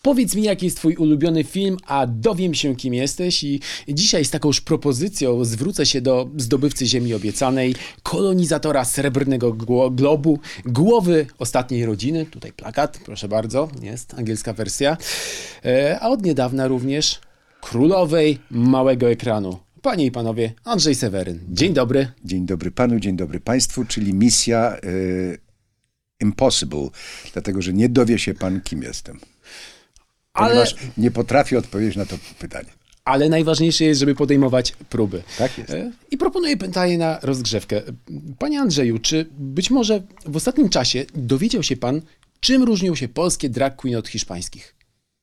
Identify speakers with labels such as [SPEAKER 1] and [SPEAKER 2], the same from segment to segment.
[SPEAKER 1] Powiedz mi, jaki jest twój ulubiony film, a dowiem się, kim jesteś. I dzisiaj z takąż propozycją zwrócę się do zdobywcy Ziemi Obiecanej, kolonizatora Srebrnego Globu, głowy Ostatniej Rodziny. Tutaj plakat, proszę bardzo, jest angielska wersja. A od niedawna również królowej małego ekranu. Panie i panowie, Andrzej Seweryn. Dzień dobry.
[SPEAKER 2] Dzień dobry panu, dzień dobry państwu, czyli misja impossible, dlatego że nie dowie się pan, kim jestem. Ponieważ nie potrafię odpowiedzieć na to pytanie.
[SPEAKER 1] Ale najważniejsze jest, żeby podejmować próby.
[SPEAKER 2] Tak jest.
[SPEAKER 1] I proponuję pytanie na rozgrzewkę. Panie Andrzeju, czy być może w ostatnim czasie dowiedział się pan, czym różnią się polskie drag queen od hiszpańskich?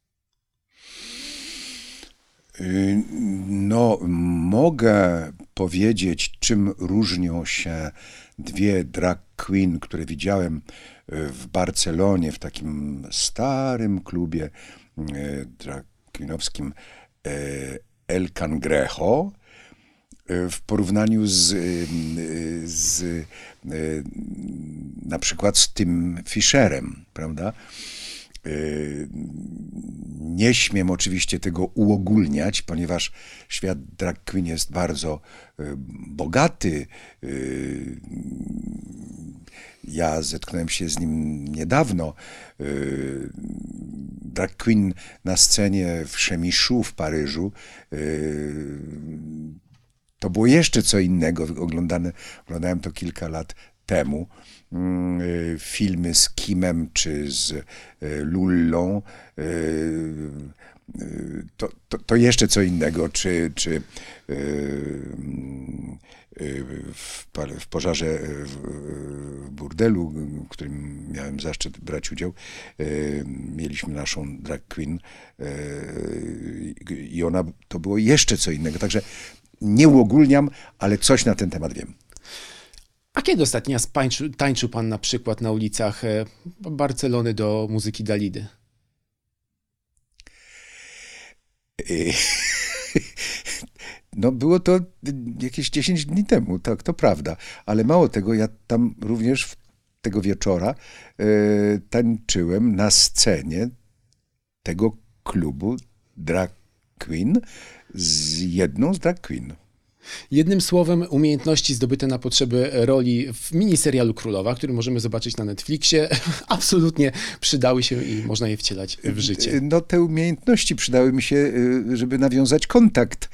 [SPEAKER 2] No, mogę powiedzieć, czym różnią się dwie drag queen, które widziałem w Barcelonie, w takim starym klubie drag queenowskim El Cangrejo, w porównaniu z na przykład z tym Fischerem, prawda? Nie śmiem oczywiście tego uogólniać, ponieważ świat drag queen jest bardzo bogaty. Ja zetknąłem się z nim niedawno. Drag queen na scenie w Chemichu w Paryżu to było jeszcze co innego. Oglądałem to kilka lat temu. Filmy z Kimem czy z Lullą, to jeszcze co innego, czy w pożarze w burdelu, w którym miałem zaszczyt brać udział, mieliśmy naszą drag queen i ona, to było jeszcze co innego, także nie uogólniam, ale coś na ten temat wiem.
[SPEAKER 1] A kiedy ostatni raz tańczył pan na przykład na ulicach Barcelony do muzyki Dalidy?
[SPEAKER 2] No było to jakieś 10 dni temu, tak, to prawda. Ale mało tego, ja tam również tego wieczora tańczyłem na scenie tego klubu drag queen z jedną z drag queen.
[SPEAKER 1] Jednym słowem, umiejętności zdobyte na potrzeby roli w miniserialu Królowa, który możemy zobaczyć na Netflixie, absolutnie przydały się i można je wcielać w życie.
[SPEAKER 2] No te umiejętności przydały mi się, żeby nawiązać kontakt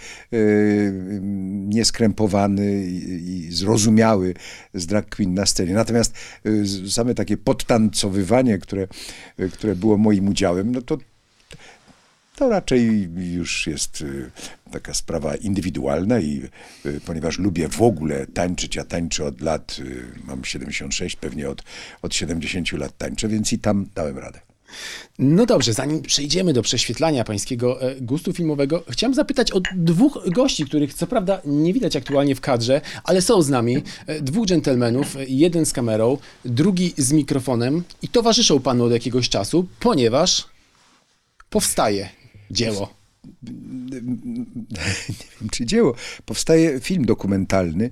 [SPEAKER 2] nieskrępowany i zrozumiały z drag queen na scenie. Natomiast same takie podtancowywanie, które było moim udziałem, no to raczej już jest taka sprawa indywidualna i ponieważ lubię w ogóle tańczyć, ja tańczę od lat, mam 76, pewnie od 70 lat tańczę, więc i tam dałem radę.
[SPEAKER 1] No dobrze, zanim przejdziemy do prześwietlania pańskiego gustu filmowego, chciałem zapytać o dwóch gości, których co prawda nie widać aktualnie w kadrze, ale są z nami. Dwóch dżentelmenów, jeden z kamerą, drugi z mikrofonem i towarzyszą panu od jakiegoś czasu, ponieważ powstaje dzieło.
[SPEAKER 2] Nie wiem, czy dzieło. Powstaje film dokumentalny,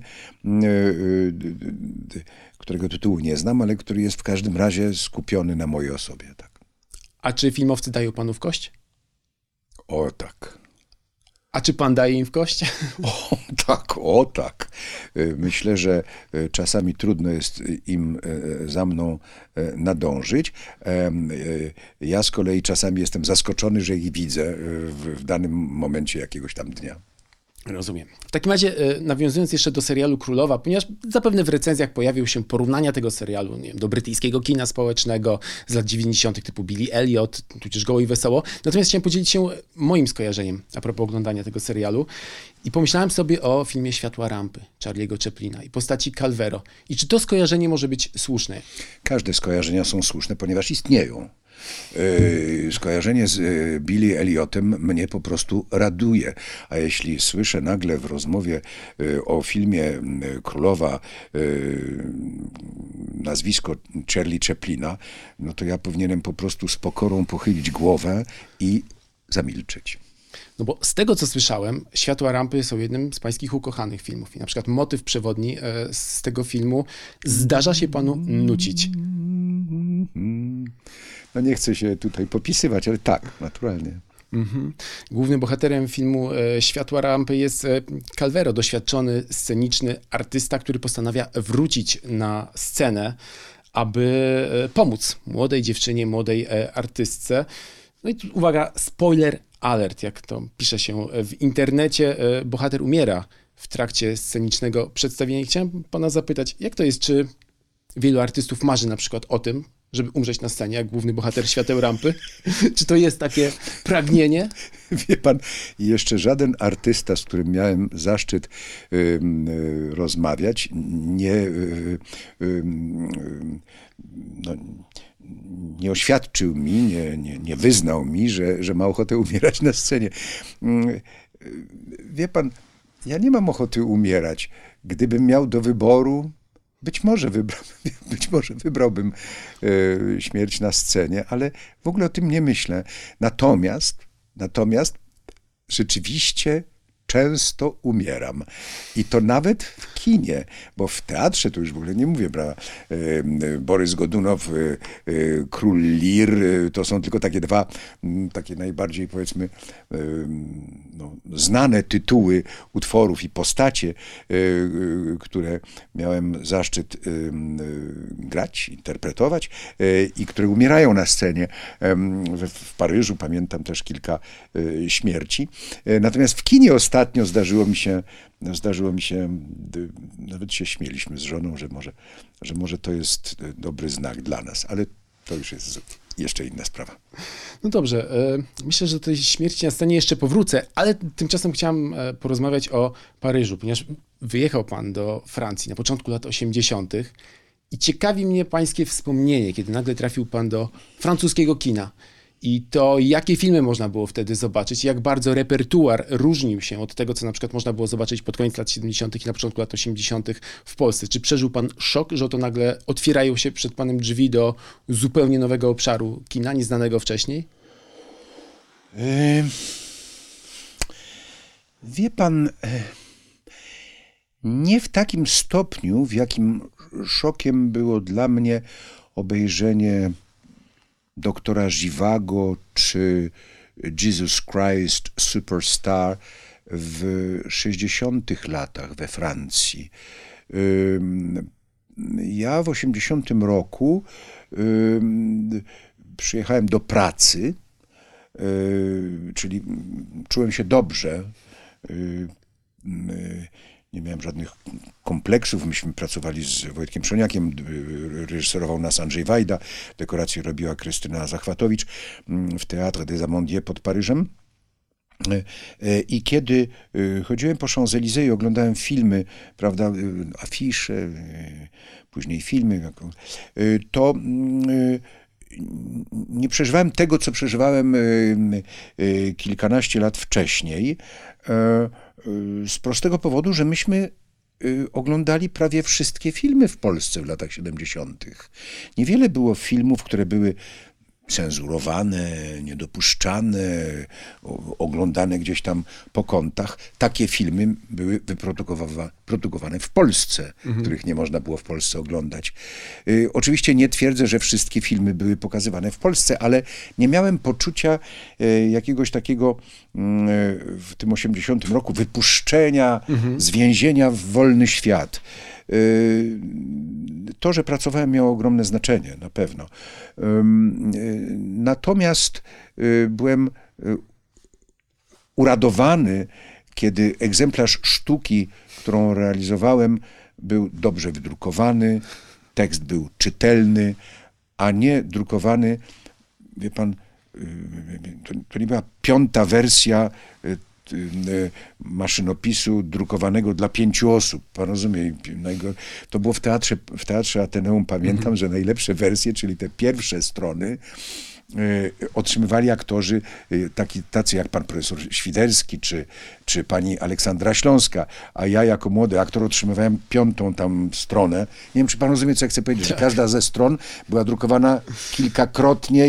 [SPEAKER 2] którego tytułu nie znam, ale który jest w każdym razie skupiony na mojej osobie. Tak.
[SPEAKER 1] A czy filmowcy dają panu w kość?
[SPEAKER 2] O tak.
[SPEAKER 1] A czy pan daje im w kość?
[SPEAKER 2] O tak. Myślę, że czasami trudno jest im za mną nadążyć. Ja z kolei czasami jestem zaskoczony, że ich widzę w danym momencie jakiegoś tam dnia.
[SPEAKER 1] Rozumiem. W takim razie, nawiązując jeszcze do serialu Królowa, ponieważ zapewne w recenzjach pojawią się porównania tego serialu, nie wiem, do brytyjskiego kina społecznego z lat 90. typu Billy Elliot, tudzież Goło i Wesoło. Natomiast chciałem podzielić się moim skojarzeniem a propos oglądania tego serialu i pomyślałem sobie o filmie Światła rampy Charlie'ego Chaplina i postaci Calvero. I czy to skojarzenie może być słuszne?
[SPEAKER 2] Każde skojarzenia są słuszne, ponieważ istnieją. Skojarzenie z Billy Elliotem mnie po prostu raduje. A jeśli słyszę nagle w rozmowie o filmie Królowa nazwisko Charlie Chaplina, no to ja powinienem po prostu z pokorą pochylić głowę i zamilczeć.
[SPEAKER 1] No bo z tego, co słyszałem, Światła rampy są jednym z pańskich ukochanych filmów. I na przykład motyw przewodni z tego filmu zdarza się panu nucić.
[SPEAKER 2] No nie chcę się tutaj popisywać, ale tak, naturalnie.
[SPEAKER 1] Głównym bohaterem filmu Światła rampy jest Calvero, doświadczony, sceniczny artysta, który postanawia wrócić na scenę, aby pomóc młodej dziewczynie, młodej artystce. No i tu, uwaga, spoiler alert, jak to pisze się w internecie, bohater umiera w trakcie scenicznego przedstawienia. I chciałem pana zapytać, jak to jest, czy wielu artystów marzy na przykład o tym, żeby umrzeć na scenie, jak główny bohater Świateł rampy? Czy to jest takie pragnienie?
[SPEAKER 2] Wie pan, jeszcze żaden artysta, z którym miałem zaszczyt rozmawiać, nie oświadczył mi, nie wyznał mi, że ma ochotę umierać na scenie. Wie pan, ja nie mam ochoty umierać. Gdybym miał do wyboru, być może wybrałbym śmierć na scenie, ale w ogóle o tym nie myślę. Natomiast rzeczywiście często umieram. I to nawet w kinie, bo w teatrze to już w ogóle nie mówię, prawda? Borys Godunow, Król Lir, to są tylko takie dwa, takie najbardziej, powiedzmy, znane tytuły utworów i postacie, które miałem zaszczyt grać, interpretować i które umierają na scenie. W Paryżu pamiętam też kilka śmierci. Natomiast w kinie ostatnio zdarzyło mi się, nawet się śmieliśmy z żoną, że może to jest dobry znak dla nas, ale to już jest jeszcze inna sprawa.
[SPEAKER 1] No dobrze, myślę, że do tej śmierci na scenie jeszcze powrócę, ale tymczasem chciałem porozmawiać o Paryżu, ponieważ wyjechał pan do Francji na początku lat 80. i ciekawi mnie pańskie wspomnienie, kiedy nagle trafił pan do francuskiego kina. I to, jakie filmy można było wtedy zobaczyć, jak bardzo repertuar różnił się od tego, co na przykład można było zobaczyć pod koniec lat 70. i na początku lat 80. w Polsce. Czy przeżył pan szok, że oto nagle otwierają się przed panem drzwi do zupełnie nowego obszaru kina, nieznanego wcześniej?
[SPEAKER 2] Wie pan, nie w takim stopniu, w jakim szokiem było dla mnie obejrzenie Doktora Zhivago czy Jesus Christ Superstar w 60 latach we Francji. Ja w 80 roku przyjechałem do pracy, czyli czułem się dobrze. Nie miałem żadnych kompleksów. Myśmy pracowali z Wojtkiem Przoniakiem, reżyserował nas Andrzej Wajda, dekoracje robiła Krystyna Zachwatowicz w Théâtre des Amandiers pod Paryżem. I kiedy chodziłem po Champs-Élysées i oglądałem filmy, prawda, afisze, później filmy, to nie przeżywałem tego, co przeżywałem kilkanaście lat wcześniej, z prostego powodu, że myśmy oglądali prawie wszystkie filmy w Polsce w latach 70. Niewiele było filmów, które były cenzurowane, niedopuszczane, oglądane gdzieś tam po kątach. Takie filmy były wyprodukowane w Polsce, których nie można było w Polsce oglądać. Oczywiście nie twierdzę, że wszystkie filmy były pokazywane w Polsce, ale nie miałem poczucia jakiegoś takiego w tym 80 roku wypuszczenia z więzienia w wolny świat. To, że pracowałem, miało ogromne znaczenie, na pewno. Natomiast byłem uradowany, kiedy egzemplarz sztuki, którą realizowałem, był dobrze wydrukowany, tekst był czytelny, a nie drukowany, wie pan, to nie była 5. wersja maszynopisu drukowanego dla 5 osób. Pan rozumie? To było w teatrze Ateneum, pamiętam, że najlepsze wersje, czyli te pierwsze strony, otrzymywali aktorzy tacy jak pan profesor Świderski, czy pani Aleksandra Śląska, a ja jako młody aktor otrzymywałem 5. tam stronę. Nie wiem, czy pan rozumie, co ja chcę powiedzieć, że każda ze stron była drukowana kilkakrotnie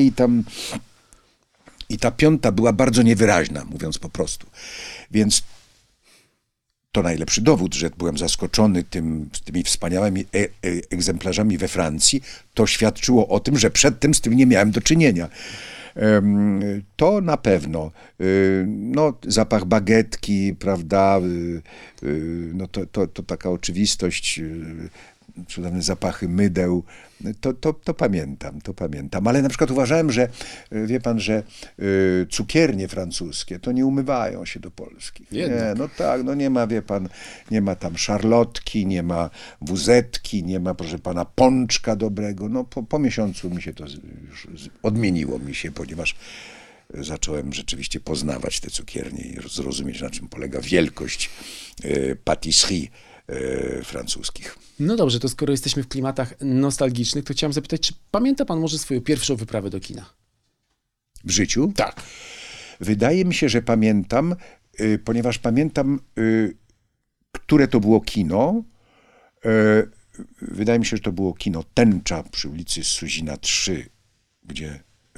[SPEAKER 2] i ta 5. była bardzo niewyraźna, mówiąc po prostu. Więc to najlepszy dowód, że byłem zaskoczony tymi wspaniałymi egzemplarzami we Francji. To świadczyło o tym, że przedtem z tym nie miałem do czynienia. To na pewno. No, zapach bagietki, prawda, no to taka oczywistość, cudowne zapachy mydeł, to pamiętam. Ale na przykład uważałem, że, wie pan, że cukiernie francuskie to nie umywają się do polskich. Nie, no tak, no nie ma, wie pan, nie ma tam szarlotki, nie ma wuzetki, nie ma, proszę pana, pączka dobrego. No po miesiącu mi się to już odmieniło mi się, ponieważ zacząłem rzeczywiście poznawać te cukiernie i zrozumieć, na czym polega wielkość patisserie francuskich.
[SPEAKER 1] No dobrze, to skoro jesteśmy w klimatach nostalgicznych, to chciałem zapytać, czy pamięta pan może swoją pierwszą wyprawę do kina?
[SPEAKER 2] W życiu?
[SPEAKER 1] Tak.
[SPEAKER 2] Wydaje mi się, że pamiętam, ponieważ pamiętam, które to było kino. Wydaje mi się, że to było kino Tęcza przy ulicy Suzina 3, gdzie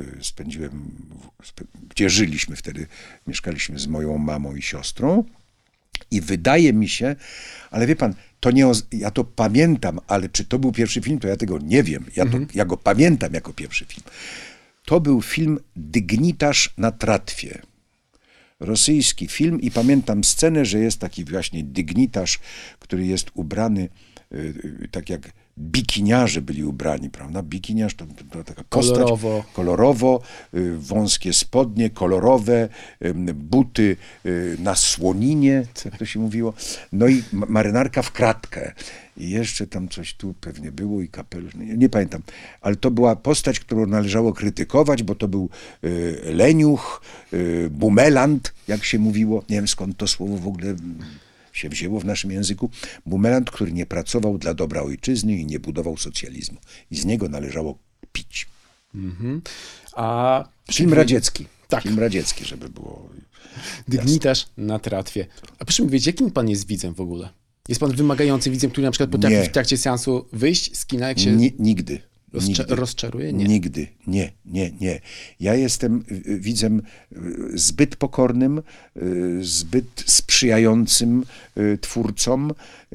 [SPEAKER 2] gdzie żyliśmy wtedy, mieszkaliśmy z moją mamą i siostrą. I wydaje mi się, ale wie pan, ja to pamiętam, ale czy to był pierwszy film, to ja tego nie wiem. Ja go pamiętam jako pierwszy film. To był film Dygnitarz na tratwie. Rosyjski film i pamiętam scenę, że jest taki właśnie dygnitarz, który jest ubrany tak jak bikiniarze byli ubrani, prawda? Bikiniarz to taka postać. Kolorowo, wąskie spodnie, kolorowe, buty na słoninie, jak to się mówiło. No i marynarka w kratkę. I jeszcze tam coś tu pewnie było i kapelusz, nie pamiętam. Ale to była postać, którą należało krytykować, bo to był leniuch, bumelant, jak się mówiło. Nie wiem, skąd to słowo w ogóle się wzięło w naszym języku. Bumelant, który nie pracował dla dobra ojczyzny i nie budował socjalizmu. I z niego należało pić. Film radziecki.
[SPEAKER 1] Tak.
[SPEAKER 2] Film radziecki, żeby było
[SPEAKER 1] Dygnitarz na tratwie. A proszę mi powiedzieć, jakim pan jest widzem w ogóle? Jest pan wymagający widzem, który na przykład potrafi w trakcie seansu wyjść z kina, jak się
[SPEAKER 2] nigdy.
[SPEAKER 1] rozczaruje? Nie.
[SPEAKER 2] Nigdy. Nie. Ja jestem widzem zbyt pokornym, zbyt sprzyjającym twórcom,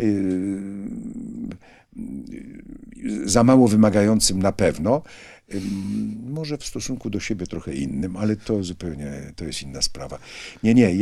[SPEAKER 2] za mało wymagającym na pewno. Może w stosunku do siebie trochę innym, ale to zupełnie, to jest inna sprawa. Nie,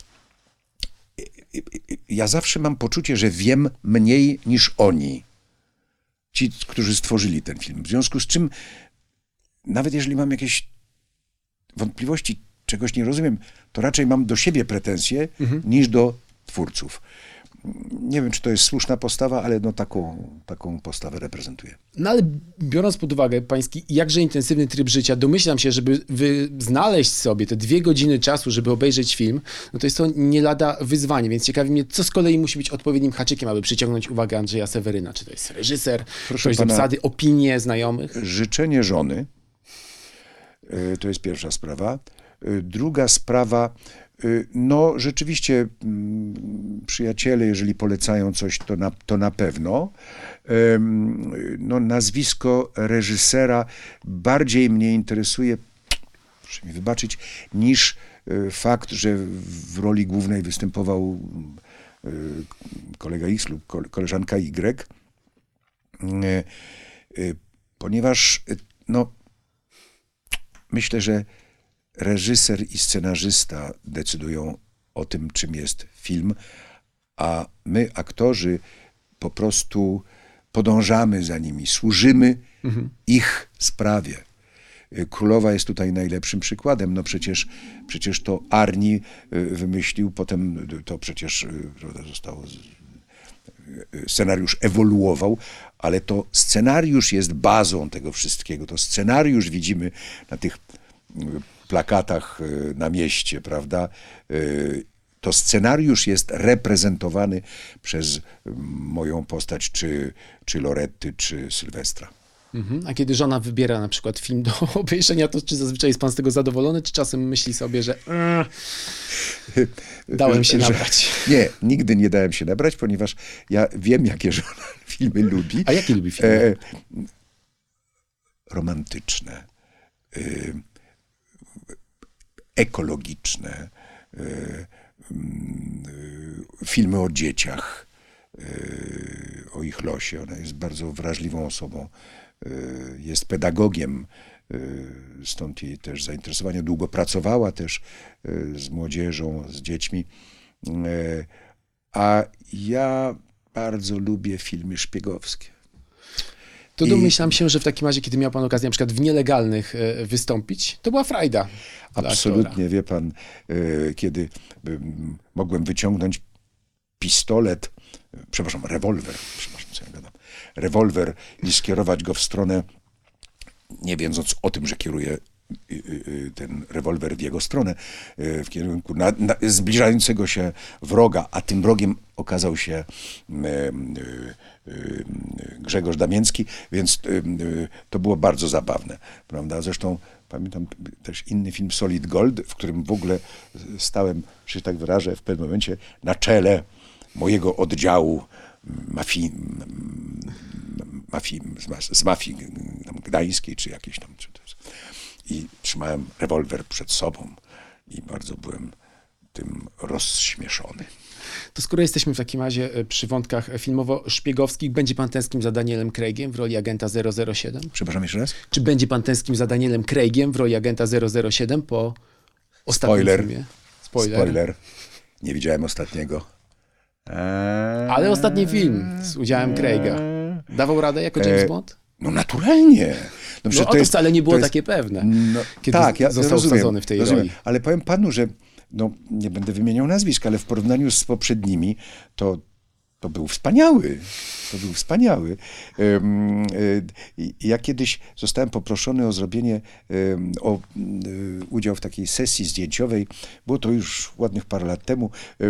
[SPEAKER 2] ja zawsze mam poczucie, że wiem mniej niż oni. Ci, którzy stworzyli ten film. W związku z czym, nawet jeżeli mam jakieś wątpliwości, czegoś nie rozumiem, to raczej mam do siebie pretensje niż do twórców. Nie wiem, czy to jest słuszna postawa, ale no taką postawę reprezentuję.
[SPEAKER 1] No ale biorąc pod uwagę pański jakże intensywny tryb życia, domyślam się, żeby znaleźć sobie te 2 godziny czasu, żeby obejrzeć film, no to jest to nie lada wyzwanie, więc ciekawi mnie, co z kolei musi być odpowiednim haczykiem, aby przyciągnąć uwagę Andrzeja Seweryna. Czy to jest reżyser, ktoś z obsady, opinie znajomych?
[SPEAKER 2] Życzenie żony, to jest pierwsza sprawa. Druga sprawa, no rzeczywiście przyjaciele, jeżeli polecają coś, to na pewno. No, nazwisko reżysera bardziej mnie interesuje, proszę mi wybaczyć, niż fakt, że w roli głównej występował kolega X lub koleżanka Y, ponieważ no, myślę, że reżyser i scenarzysta decydują o tym, czym jest film, a my, aktorzy, po prostu podążamy za nimi, służymy ich sprawie. Królowa jest tutaj najlepszym przykładem. No przecież to Arni wymyślił, potem to przecież zostało, scenariusz ewoluował, ale to scenariusz jest bazą tego wszystkiego. To scenariusz widzimy na tych plakatach na mieście, prawda? To scenariusz jest reprezentowany przez moją postać, czy Loretty, czy Sylwestra.
[SPEAKER 1] A kiedy żona wybiera na przykład film do obejrzenia, to czy zazwyczaj jest pan z tego zadowolony, czy czasem myśli sobie, że dałem się nabrać?
[SPEAKER 2] Nie, nigdy nie dałem się nabrać, ponieważ ja wiem, jakie żona filmy lubi.
[SPEAKER 1] A jakie lubi filmy?
[SPEAKER 2] Romantyczne, ekologiczne, filmy o dzieciach, o ich losie. Ona jest bardzo wrażliwą osobą. Jest pedagogiem, stąd jej też zainteresowanie. Długo pracowała też z młodzieżą, z dziećmi. A ja bardzo lubię filmy szpiegowskie.
[SPEAKER 1] To domyślam się, że w takim razie, kiedy miał pan okazję na przykład w nielegalnych wystąpić, to była frajda.
[SPEAKER 2] Absolutnie, wie pan, kiedy mogłem wyciągnąć pistolet, rewolwer i skierować go w stronę, nie wiedząc o tym, że kieruję ten rewolwer w jego stronę, w kierunku zbliżającego się wroga, a tym wrogiem okazał się Grzegorz Damięcki, więc to było bardzo zabawne, prawda? Zresztą pamiętam też inny film Solid Gold, w którym w ogóle stałem, że się tak wyrażę, w pewnym momencie na czele mojego oddziału z mafii tam gdańskiej, czy jakiejś tam. I trzymałem rewolwer przed sobą i bardzo byłem tym rozśmieszony.
[SPEAKER 1] To skoro jesteśmy w takim razie przy wątkach filmowo-szpiegowskich, będzie pan tęsknił za Danielem Craigiem w roli agenta 007?
[SPEAKER 2] Przepraszam jeszcze raz?
[SPEAKER 1] Czy będzie pan tęsknił za Danielem Craigiem w roli agenta 007 po ostatnim filmie?
[SPEAKER 2] Spoiler. Nie widziałem ostatniego.
[SPEAKER 1] Ale ostatni film z udziałem Craiga dawał radę jako James Bond?
[SPEAKER 2] No naturalnie.
[SPEAKER 1] To wcale nie było takie pewne, kiedy został wsadzony w tej roli.
[SPEAKER 2] Ale powiem panu, że nie będę wymieniał nazwisk, ale w porównaniu z poprzednimi to był wspaniały. To był wspaniały. Ja kiedyś zostałem poproszony o zrobienie, udział w takiej sesji zdjęciowej. Było to już ładnych parę lat temu.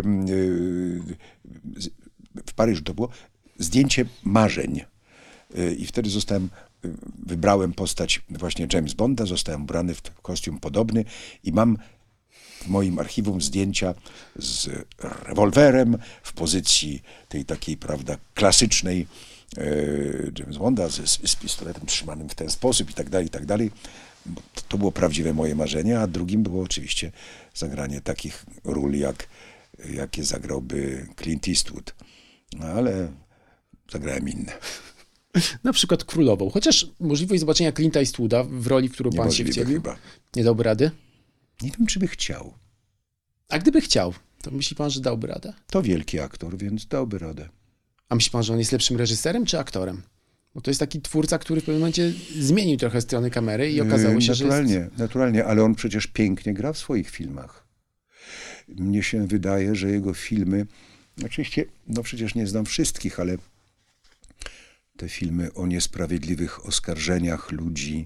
[SPEAKER 2] W Paryżu to było. Zdjęcie marzeń. I wtedy wybrałem postać właśnie James Bonda, zostałem ubrany w kostium podobny i mam w moim archiwum zdjęcia z rewolwerem w pozycji tej takiej, prawda, klasycznej James Bonda z pistoletem trzymanym w ten sposób i tak dalej, i tak dalej. To było prawdziwe moje marzenie, a drugim było oczywiście zagranie takich ról, jakie zagrałby Clint Eastwood. No, ale zagrałem inne.
[SPEAKER 1] Na przykład Królową. Chociaż możliwość zobaczenia Clint'a Eastwooda w roli, w którą pan się wcielił,
[SPEAKER 2] chyba.
[SPEAKER 1] Nie dałby rady?
[SPEAKER 2] Nie wiem, czy by chciał.
[SPEAKER 1] A gdyby chciał, to myśli pan, że dałby radę?
[SPEAKER 2] To wielki aktor, więc dałby radę.
[SPEAKER 1] A myśli pan, że on jest lepszym reżyserem czy aktorem? Bo to jest taki twórca, który w pewnym momencie zmienił trochę strony kamery i okazało się, że jest...
[SPEAKER 2] Naturalnie, ale on przecież pięknie gra w swoich filmach. Mnie się wydaje, że jego filmy, oczywiście, przecież nie znam wszystkich, ale te filmy o niesprawiedliwych oskarżeniach ludzi,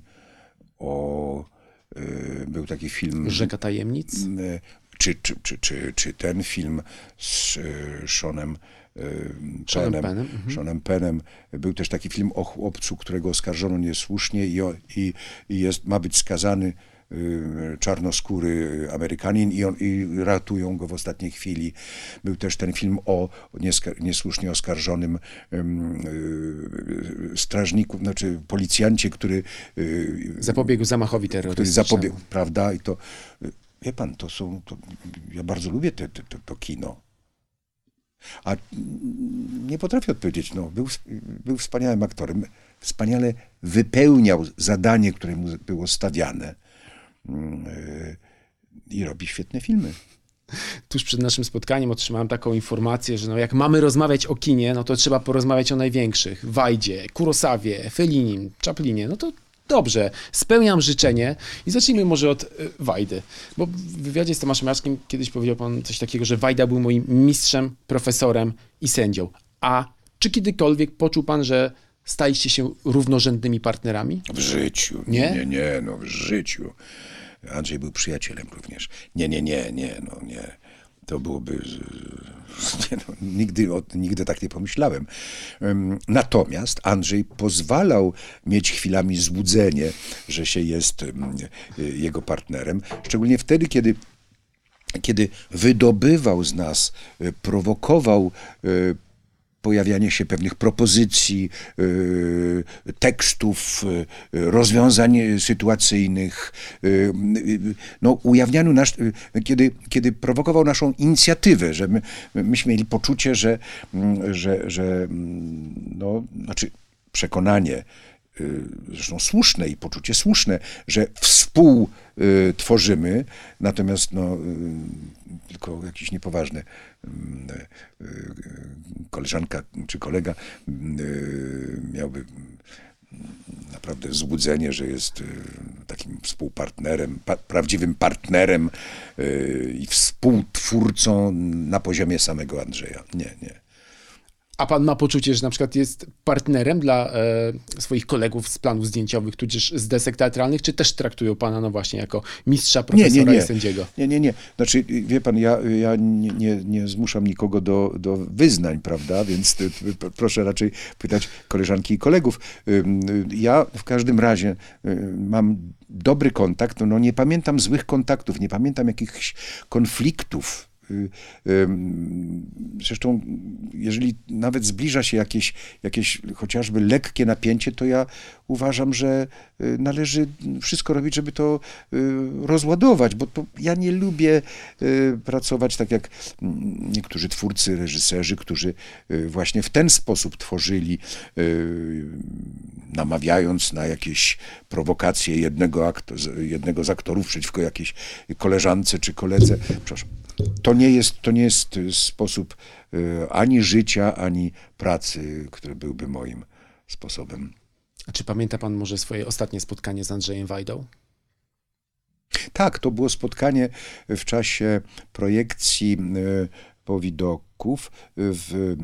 [SPEAKER 2] był taki film...
[SPEAKER 1] Rzeka Tajemnic?
[SPEAKER 2] Czy ten film z Seanem Pennem. Był też taki film o chłopcu, którego oskarżono niesłusznie i ma być skazany czarnoskóry Amerykanin i ratują go w ostatniej chwili. Był też ten film o niesłusznie oskarżonym strażniku, znaczy policjancie, który
[SPEAKER 1] zapobiegł zamachowi terrorystycznemu.
[SPEAKER 2] Prawda? I to, wie pan, ja bardzo lubię to kino. A nie potrafię odpowiedzieć, był wspaniałym aktorem, wspaniale wypełniał zadanie, które mu było stawiane i robi świetne filmy.
[SPEAKER 1] Tuż przed naszym spotkaniem otrzymałem taką informację, że jak mamy rozmawiać o kinie, to trzeba porozmawiać o największych. Wajdzie, Kurosawie, Fellinim, Chaplinie. To dobrze, spełniam życzenie i zacznijmy może od Wajdy. Bo w wywiadzie z Tomaszem Jackiem kiedyś powiedział pan coś takiego, że Wajda był moim mistrzem, profesorem i sędzią. A czy kiedykolwiek poczuł pan, że staliście się równorzędnymi partnerami?
[SPEAKER 2] W życiu. Nie, w życiu. Andrzej był przyjacielem również. Nie. To byłoby... Nigdy tak nie pomyślałem. Natomiast Andrzej pozwalał mieć chwilami złudzenie, że się jest jego partnerem. Szczególnie wtedy, kiedy wydobywał z nas, prowokował pojawianie się pewnych propozycji, tekstów, rozwiązań sytuacyjnych, no, ujawnianiu kiedy prowokował naszą inicjatywę, że myśmy mieli poczucie, że no, znaczy przekonanie, zresztą słuszne i poczucie słuszne, że współtworzymy, natomiast no, tylko jakieś niepoważne koleżanka czy kolega miałby naprawdę złudzenie, że jest takim współpartnerem, prawdziwym partnerem i współtwórcą na poziomie samego Andrzeja. Nie.
[SPEAKER 1] A pan ma poczucie, że na przykład jest partnerem dla swoich kolegów z planów zdjęciowych, tudzież z desek teatralnych, czy też traktują pana no właśnie jako mistrza, profesora i sędziego?
[SPEAKER 2] Nie. Znaczy, wie pan, ja nie zmuszam nikogo do wyznań, prawda? Więc proszę raczej pytać koleżanki i kolegów. Ja w każdym razie mam dobry kontakt, no nie pamiętam złych kontaktów, nie pamiętam jakichś konfliktów. Zresztą, jeżeli nawet zbliża się jakieś chociażby lekkie napięcie, to ja uważam, że należy wszystko robić, żeby to rozładować, bo to ja nie lubię pracować tak jak niektórzy twórcy, reżyserzy, którzy właśnie w ten sposób tworzyli, namawiając na jakieś prowokacje jednego z aktorów przeciwko jakiejś koleżance czy koledze. Przepraszam. To nie jest sposób ani życia, ani pracy, który byłby moim sposobem.
[SPEAKER 1] A czy pamięta pan może swoje ostatnie spotkanie z Andrzejem Wajdą?
[SPEAKER 2] Tak, to było spotkanie w czasie projekcji Powidoków w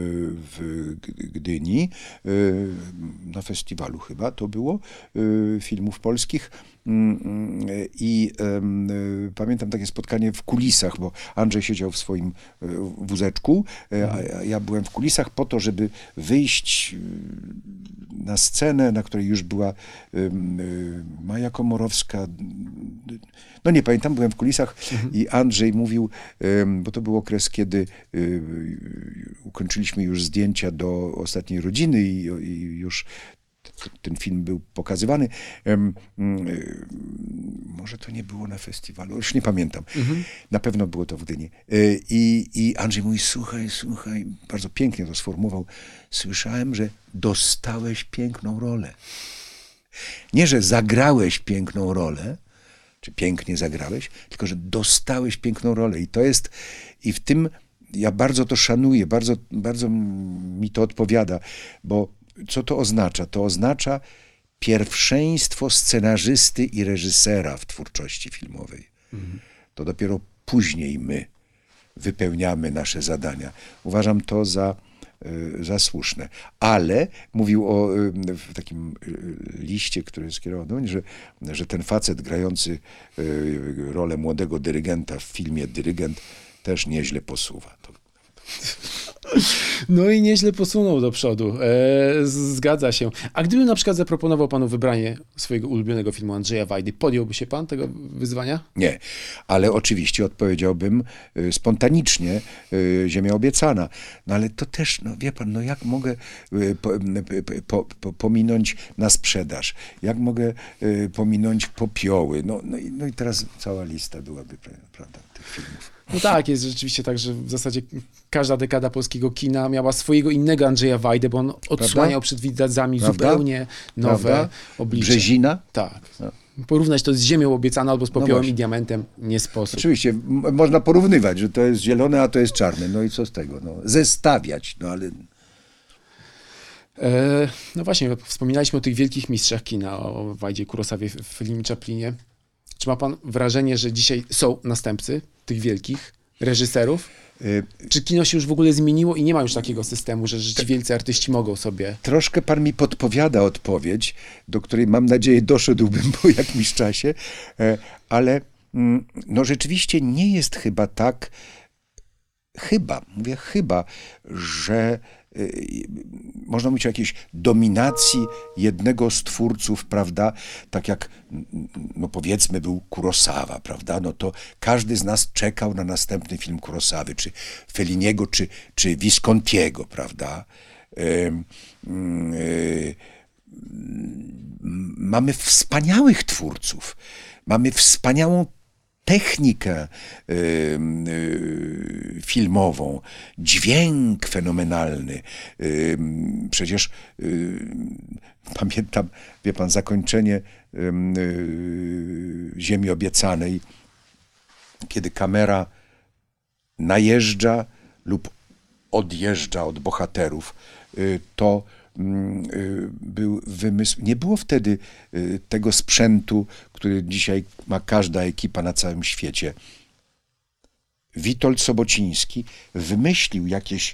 [SPEAKER 2] Gdyni, na festiwalu chyba to było, filmów polskich. I pamiętam takie spotkanie w kulisach, bo Andrzej siedział w swoim wózeczku, a ja byłem w kulisach po to, żeby wyjść na scenę, na której już była Maja Komorowska. No nie pamiętam, byłem w kulisach i Andrzej mówił, bo to był okres, kiedy ukończyliśmy już zdjęcia do Ostatniej rodziny i już ten film był pokazywany. Może to nie było na festiwalu, już nie pamiętam. Na pewno było to w Gdyni. I Andrzej mówi, słuchaj, bardzo pięknie to sformułował. Słyszałem, że dostałeś piękną rolę. Nie, że zagrałeś piękną rolę, czy pięknie zagrałeś, tylko, że dostałeś piękną rolę. I w tym ja bardzo to szanuję, bardzo mi to odpowiada, bo co to oznacza? To oznacza pierwszeństwo scenarzysty i reżysera w twórczości filmowej. To dopiero później my wypełniamy nasze zadania. Uważam to za słuszne. Ale mówił w takim liście, który skierował do mnie, że ten facet grający rolę młodego dyrygenta w filmie Dyrygent też nieźle posuwa.
[SPEAKER 1] No i nieźle posunął do przodu. Zgadza się. A gdyby na przykład zaproponował panu wybranie swojego ulubionego filmu Andrzeja Wajdy, podjąłby się pan tego wyzwania?
[SPEAKER 2] Nie, ale oczywiście odpowiedziałbym spontanicznie Ziemia obiecana. No ale to też, no wie pan, no jak mogę pominąć na sprzedaż? Jak mogę pominąć Popioły? No i teraz cała lista byłaby, prawda, tych filmów.
[SPEAKER 1] No tak, jest rzeczywiście tak, że w zasadzie każda dekada polskiego kina miała swojego innego Andrzeja Wajdę, bo on odsłaniał przed widzami zupełnie nowe oblicze.
[SPEAKER 2] Brzezina?
[SPEAKER 1] Tak. No. Porównać to z Ziemią obiecaną albo z Popiołem i Diamentem nie sposób.
[SPEAKER 2] Oczywiście, można porównywać, że to jest zielone, a to jest czarne. No i co z tego? No, zestawiać, no ale...
[SPEAKER 1] No właśnie, wspominaliśmy o tych wielkich mistrzach kina, o Wajdzie, Kurosawie, Fellinie, Chaplinie. Czy ma pan wrażenie, że dzisiaj są następcy tych wielkich reżyserów? Czy kino się już w ogóle zmieniło i nie ma już takiego systemu, że wielcy artyści mogą sobie...
[SPEAKER 2] Troszkę pan mi podpowiada odpowiedź, do której mam nadzieję doszedłbym po jakimś czasie, ale no rzeczywiście nie jest chyba tak, mówię chyba, że można mówić o jakiejś dominacji jednego z twórców, prawda, tak jak, no powiedzmy, był Kurosawa, prawda, no to każdy z nas czekał na następny film Kurosawy, czy Felliniego, czy Viscontiego, prawda. Mamy wspaniałych twórców, mamy wspaniałą technikę filmową, dźwięk fenomenalny. Przecież pamiętam, wie pan, zakończenie Ziemi Obiecanej, kiedy kamera najeżdża lub odjeżdża od bohaterów, to był wymysł. Nie było wtedy tego sprzętu, który dzisiaj ma każda ekipa na całym świecie. Witold Sobociński wymyślił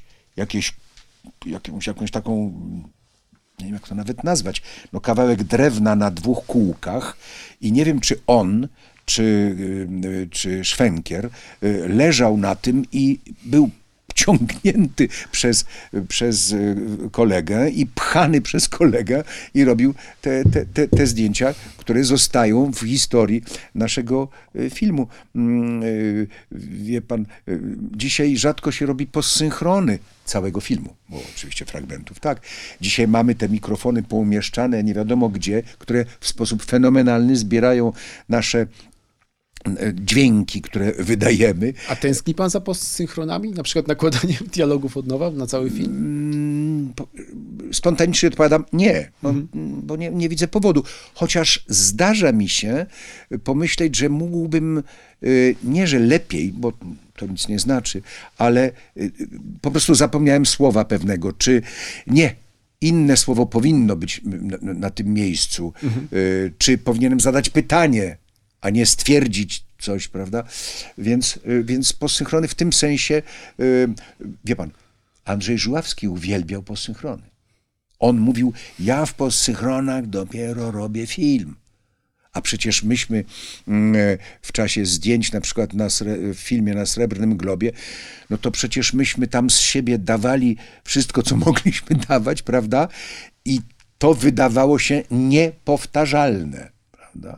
[SPEAKER 2] jakąś taką, nie wiem jak to nawet nazwać, no kawałek drewna na 2 kółkach i nie wiem, czy on, czy Szwenkier leżał na tym i był ciągnięty przez kolegę i pchany przez kolegę i robił te zdjęcia, które zostają w historii naszego filmu. Wie pan, dzisiaj rzadko się robi postsynchrony całego filmu, bo oczywiście fragmentów, tak. Dzisiaj mamy te mikrofony poumieszczane nie wiadomo gdzie, które w sposób fenomenalny zbierają nasze dźwięki, które wydajemy.
[SPEAKER 1] A tęskni pan za postsynchronami? Na przykład nakładaniem dialogów od nowa na cały film?
[SPEAKER 2] Spontanicznie odpowiadam nie, bo nie widzę powodu. Chociaż zdarza mi się pomyśleć, że mógłbym, nie że lepiej, bo to nic nie znaczy, ale po prostu zapomniałem słowa pewnego, czy nie. Inne słowo powinno być na tym miejscu. Czy powinienem zadać pytanie, a nie stwierdzić coś, prawda? Więc postsynchrony w tym sensie, wie pan, Andrzej Żuławski uwielbiał postsynchrony. On mówił, ja w postsynchronach dopiero robię film. A przecież myśmy w czasie zdjęć, na przykład w filmie na Srebrnym Globie, no to przecież myśmy tam z siebie dawali wszystko, co mogliśmy dawać, prawda? I to wydawało się niepowtarzalne, prawda?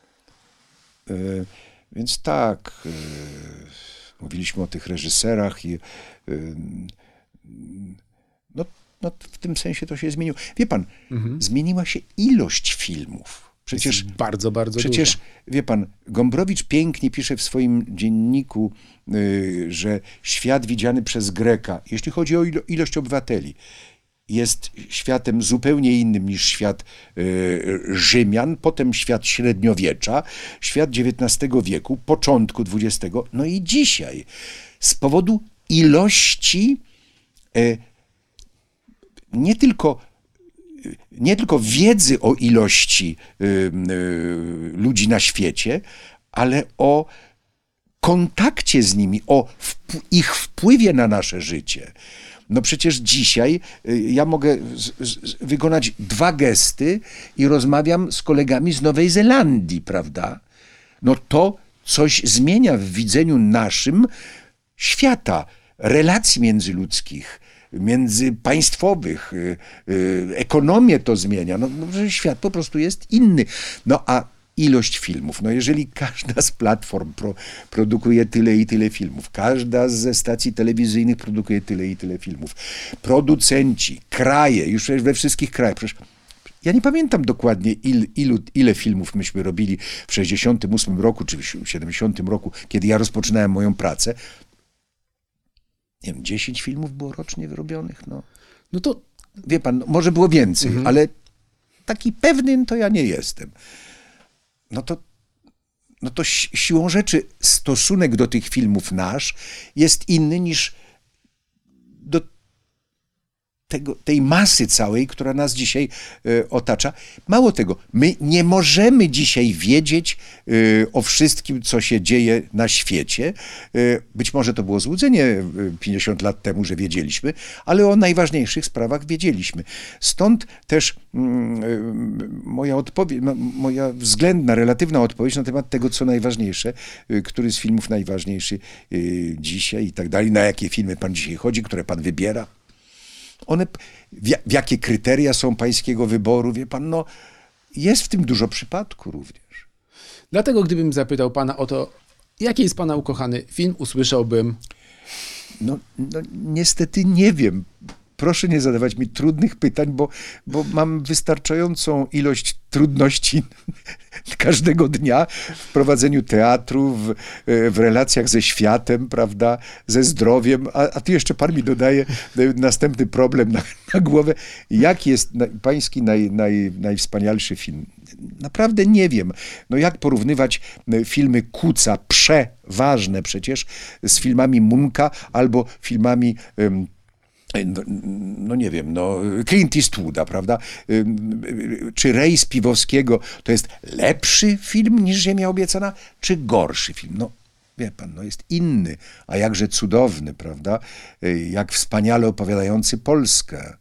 [SPEAKER 2] Więc tak, mówiliśmy o tych reżyserach i no w tym sensie to się zmieniło. Wie pan, zmieniła się ilość filmów. Przecież
[SPEAKER 1] bardzo, bardzo
[SPEAKER 2] przecież,
[SPEAKER 1] dużo.
[SPEAKER 2] Wie pan, Gombrowicz pięknie pisze w swoim dzienniku, że świat widziany przez Greka, jeśli chodzi o ilość obywateli, jest światem zupełnie innym niż świat Rzymian, potem świat średniowiecza, świat XIX wieku, początku XX, no i dzisiaj. Z powodu ilości nie tylko wiedzy o ilości ludzi na świecie, ale o kontakcie z nimi, o ich wpływie na nasze życie. No przecież dzisiaj ja mogę wykonać 2 gesty i rozmawiam z kolegami z Nowej Zelandii, prawda? No to coś zmienia w widzeniu naszym świata, relacji międzyludzkich, międzypaństwowych, ekonomię to zmienia. No, że świat po prostu jest inny. No a ilość filmów. No jeżeli każda z platform produkuje tyle i tyle filmów, każda ze stacji telewizyjnych produkuje tyle i tyle filmów, producenci, kraje, już we wszystkich krajach, przecież ja nie pamiętam dokładnie ile filmów myśmy robili w 68 roku, czy w 70 roku, kiedy ja rozpoczynałem moją pracę. Nie wiem, 10 filmów było rocznie wyrobionych, no. No to, wie pan, może było więcej, ale taki pewny to ja nie jestem. No to siłą rzeczy stosunek do tych filmów nasz jest inny niż do tej masy całej, która nas dzisiaj otacza. Mało tego, my nie możemy dzisiaj wiedzieć o wszystkim, co się dzieje na świecie. Być może to było złudzenie 50 lat temu, że wiedzieliśmy, ale o najważniejszych sprawach wiedzieliśmy. Stąd też moja odpowiedź, moja względna, relatywna odpowiedź na temat tego, co najważniejsze, który z filmów najważniejszy dzisiaj i tak dalej, na jakie filmy pan dzisiaj chodzi, które pan wybiera. One, w jakie kryteria są pańskiego wyboru, wie pan, no jest w tym dużo przypadku również.
[SPEAKER 1] Dlatego gdybym zapytał pana o to, jaki jest pana ukochany film, usłyszałbym...
[SPEAKER 2] No niestety nie wiem. Proszę nie zadawać mi trudnych pytań, bo mam wystarczającą ilość trudności każdego dnia w prowadzeniu teatru, w relacjach ze światem, prawda, ze zdrowiem, a tu jeszcze pan mi dodaje następny problem na głowę. Jaki jest pański najwspanialszy film? Naprawdę nie wiem. No jak porównywać filmy Kuca, przeważne przecież, z filmami Munka albo filmami... no nie wiem, Clint Eastwooda, prawda? Czy Rej Spiwowskiego to jest lepszy film niż Ziemia Obiecana, czy gorszy film? No, wie pan, jest inny, a jakże cudowny, prawda? Jak wspaniale opowiadający Polskę.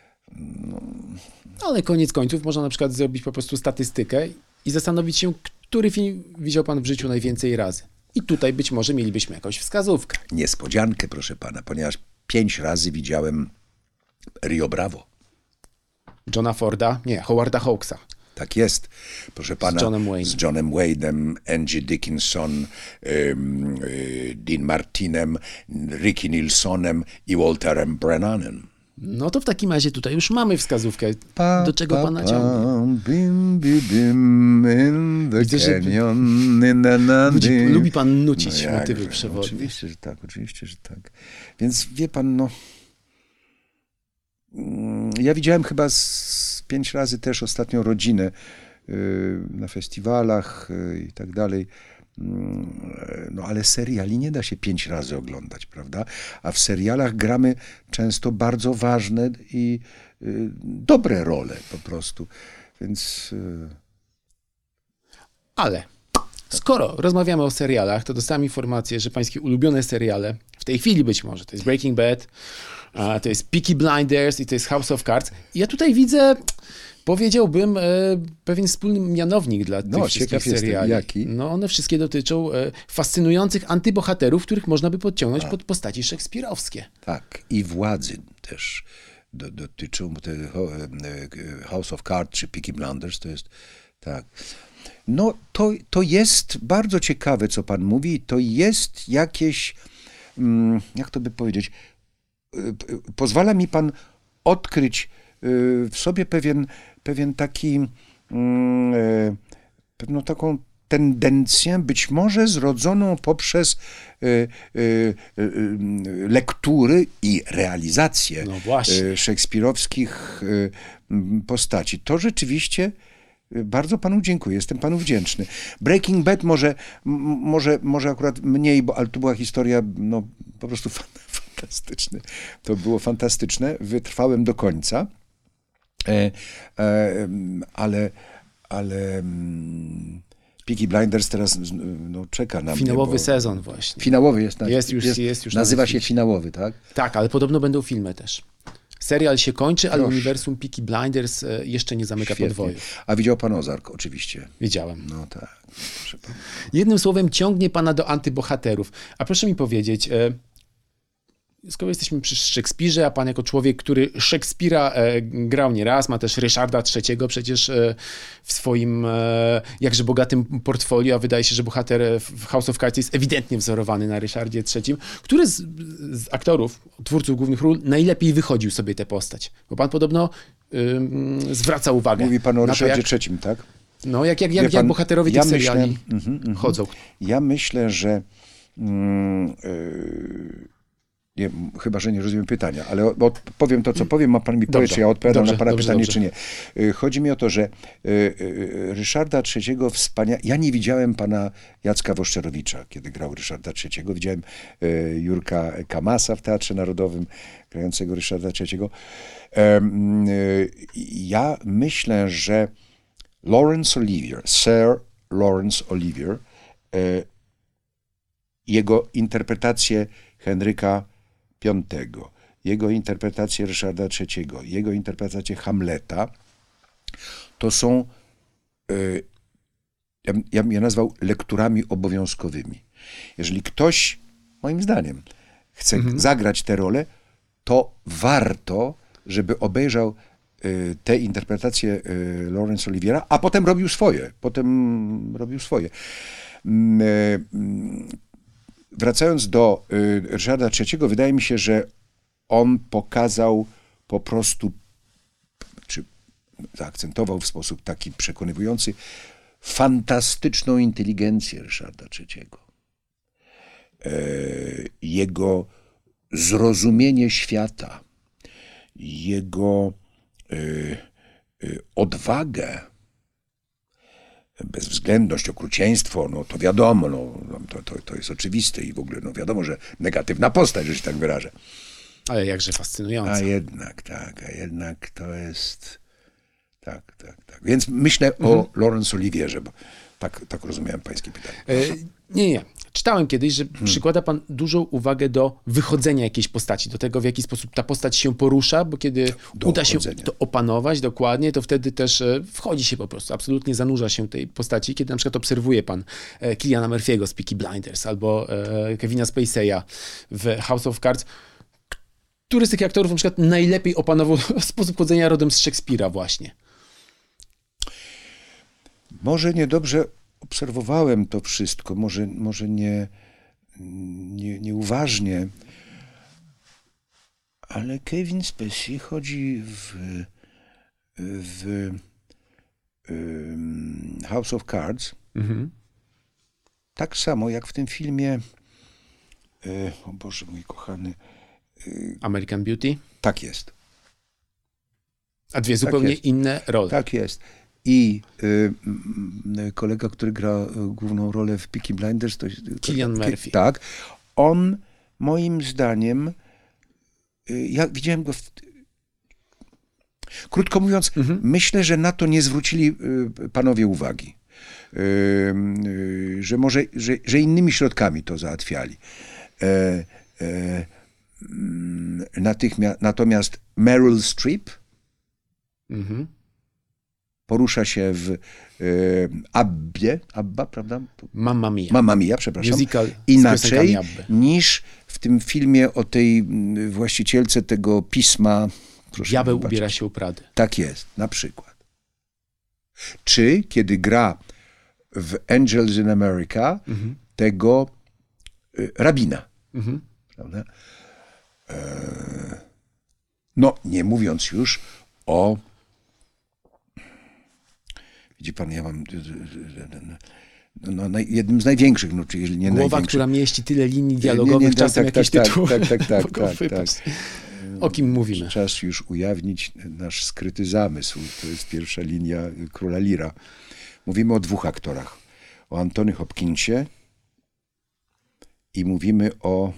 [SPEAKER 1] Ale koniec końców można na przykład zrobić po prostu statystykę i zastanowić się, który film widział pan w życiu najwięcej razy. I tutaj być może mielibyśmy jakąś wskazówkę.
[SPEAKER 2] Niespodziankę, proszę pana, ponieważ 5 razy widziałem Rio Bravo.
[SPEAKER 1] Johna Forda? Nie, Howarda Hawksa.
[SPEAKER 2] Tak jest, proszę pana. Z Johnem Wayne'em, Angie Dickinson, Dean Martinem, Ricky Nilsonem i Walterem Brennanem.
[SPEAKER 1] No to w takim razie tutaj już mamy wskazówkę, do czego pana ciągnie. Widzę, że lubi pan nucić motywy przewodnie.
[SPEAKER 2] Oczywiście, że tak. Więc wie pan, ja widziałem chyba 5 razy też ostatnio Rodzinę na festiwalach i tak dalej. Ale seriali nie da się 5 razy oglądać, prawda? A w serialach gramy często bardzo ważne i dobre role po prostu. Więc...
[SPEAKER 1] Ale skoro rozmawiamy o serialach, to dostałem informację, że pańskie ulubione seriale, w tej chwili być może, to jest Breaking Bad, to jest Peaky Blinders i to jest House of Cards. I ja tutaj widzę... Powiedziałbym pewien wspólny mianownik dla tych wszystkich seriali.
[SPEAKER 2] Jaki?
[SPEAKER 1] One wszystkie dotyczą fascynujących antybohaterów, których można by podciągnąć pod postaci szekspirowskie.
[SPEAKER 2] Tak, i władzy też dotyczą. House of Cards czy Peaky Blinders to jest tak. To jest bardzo ciekawe, co pan mówi. To jest jakieś, jak to by powiedzieć, pozwala mi pan odkryć w sobie pewien taki, pewną taką tendencję, być może zrodzoną poprzez lektury i realizację szekspirowskich postaci. To rzeczywiście bardzo panu dziękuję, jestem panu wdzięczny. Breaking Bad może akurat mniej, ale to była historia po prostu fantastyczna. To było fantastyczne, wytrwałem do końca. Ale Peaky Blinders teraz czeka na
[SPEAKER 1] finałowy sezon właśnie.
[SPEAKER 2] Finałowy jest
[SPEAKER 1] już
[SPEAKER 2] nazywa się finałowy, tak?
[SPEAKER 1] Tak, ale podobno będą filmy też. Serial się kończy, ale uniwersum Peaky Blinders jeszcze nie zamyka podwoju.
[SPEAKER 2] A widział pan Ozark, oczywiście.
[SPEAKER 1] Widziałem.
[SPEAKER 2] No tak, proszę pana.
[SPEAKER 1] Jednym słowem ciągnie pana do antybohaterów. A proszę mi powiedzieć, skoro jesteśmy przy Szekspirze, a pan jako człowiek, który Szekspira grał nieraz, ma też Ryszarda III przecież w swoim jakże bogatym portfolio, a wydaje się, że bohater w House of Cards jest ewidentnie wzorowany na Ryszardzie III. Który z aktorów, twórców głównych ról najlepiej wychodził sobie tę postać? Bo pan podobno zwraca uwagę.
[SPEAKER 2] Mówi pan o Ryszardzie III, tak?
[SPEAKER 1] No, jak bohaterowie tych seriali chodzą.
[SPEAKER 2] Ja myślę, że Nie, chyba, że nie rozumiem pytania, ale powiem to, co powiem, ma pan mi powiedzieć, czy ja odpowiadam na pana pytanie, czy nie. Chodzi mi o to, że Ryszarda III ja nie widziałem pana Jacka Woszczerowicza, kiedy grał Ryszarda III. Widziałem Jurka Kamasa w Teatrze Narodowym, grającego Ryszarda III. Ja myślę, że Sir Laurence Olivier, jego interpretację Henryka V, jego interpretację Ryszarda III, jego interpretację Hamleta, to są, ja bym je nazwał lekturami obowiązkowymi. Jeżeli ktoś, moim zdaniem, chce zagrać tę rolę, to warto, żeby obejrzał tę interpretację Laurence Oliviera, a potem robił swoje. Wracając do Ryszarda III, wydaje mi się, że on pokazał po prostu, czy zaakcentował w sposób taki przekonywujący, fantastyczną inteligencję Ryszarda III. Jego zrozumienie świata, jego odwagę, bezwzględność, okrucieństwo, no to wiadomo, to jest oczywiste i w ogóle no wiadomo, że negatywna postać, że się tak wyrażę.
[SPEAKER 1] Ale jakże fascynująca.
[SPEAKER 2] A jednak to jest... Tak. Więc myślę o Laurence Olivierze, bo tak rozumiałem pańskie pytanie.
[SPEAKER 1] Nie. Czytałem kiedyś, że przykłada pan dużą uwagę do wychodzenia jakiejś postaci, do tego, w jaki sposób ta postać się porusza, bo kiedy uda się to opanować dokładnie, to wtedy też wchodzi się po prostu, absolutnie zanurza się tej postaci. Kiedy na przykład obserwuje pan Cillana Murphy'ego z Peaky Blinders albo Kevina Spacey'a w House of Cards, który z tych aktorów na przykład najlepiej opanował sposób chodzenia rodem z Szekspira właśnie.
[SPEAKER 2] Może niedobrze obserwowałem to wszystko, może nieuważnie, ale Kevin Spacey chodzi w House of Cards tak samo jak w tym filmie, o Boże mój kochany,
[SPEAKER 1] American Beauty?
[SPEAKER 2] Tak jest.
[SPEAKER 1] A dwie zupełnie inne role.
[SPEAKER 2] Tak jest. I kolega, który gra główną rolę w Peaky Blinders, to jest
[SPEAKER 1] Cillian Murphy.
[SPEAKER 2] Tak. On, moim zdaniem, ja widziałem go krótko mówiąc, myślę, że na to nie zwrócili panowie uwagi. Że innymi środkami to załatwiali. Natomiast Meryl Streep porusza się w Abba, prawda? Mamma Mia, przepraszam.
[SPEAKER 1] Musical
[SPEAKER 2] inaczej niż w tym filmie o tej właścicielce tego pisma.
[SPEAKER 1] Diabeł ubiera się u Prady.
[SPEAKER 2] Tak jest, na przykład. Czy kiedy gra w Angels in America tego rabina. Prawda? No, nie mówiąc już o... Widzi pan, ja mam jednym z największych, no, czy jeżeli nie
[SPEAKER 1] Głowa,
[SPEAKER 2] największych.
[SPEAKER 1] która mieści tyle linii dialogowych, czasem jakieś tytuły.
[SPEAKER 2] Tak.
[SPEAKER 1] O kim mówimy?
[SPEAKER 2] Czas już ujawnić nasz skryty zamysł. To jest pierwsza linia Króla Lira. Mówimy o dwóch aktorach. O Anthony Hopkinsie i mówimy o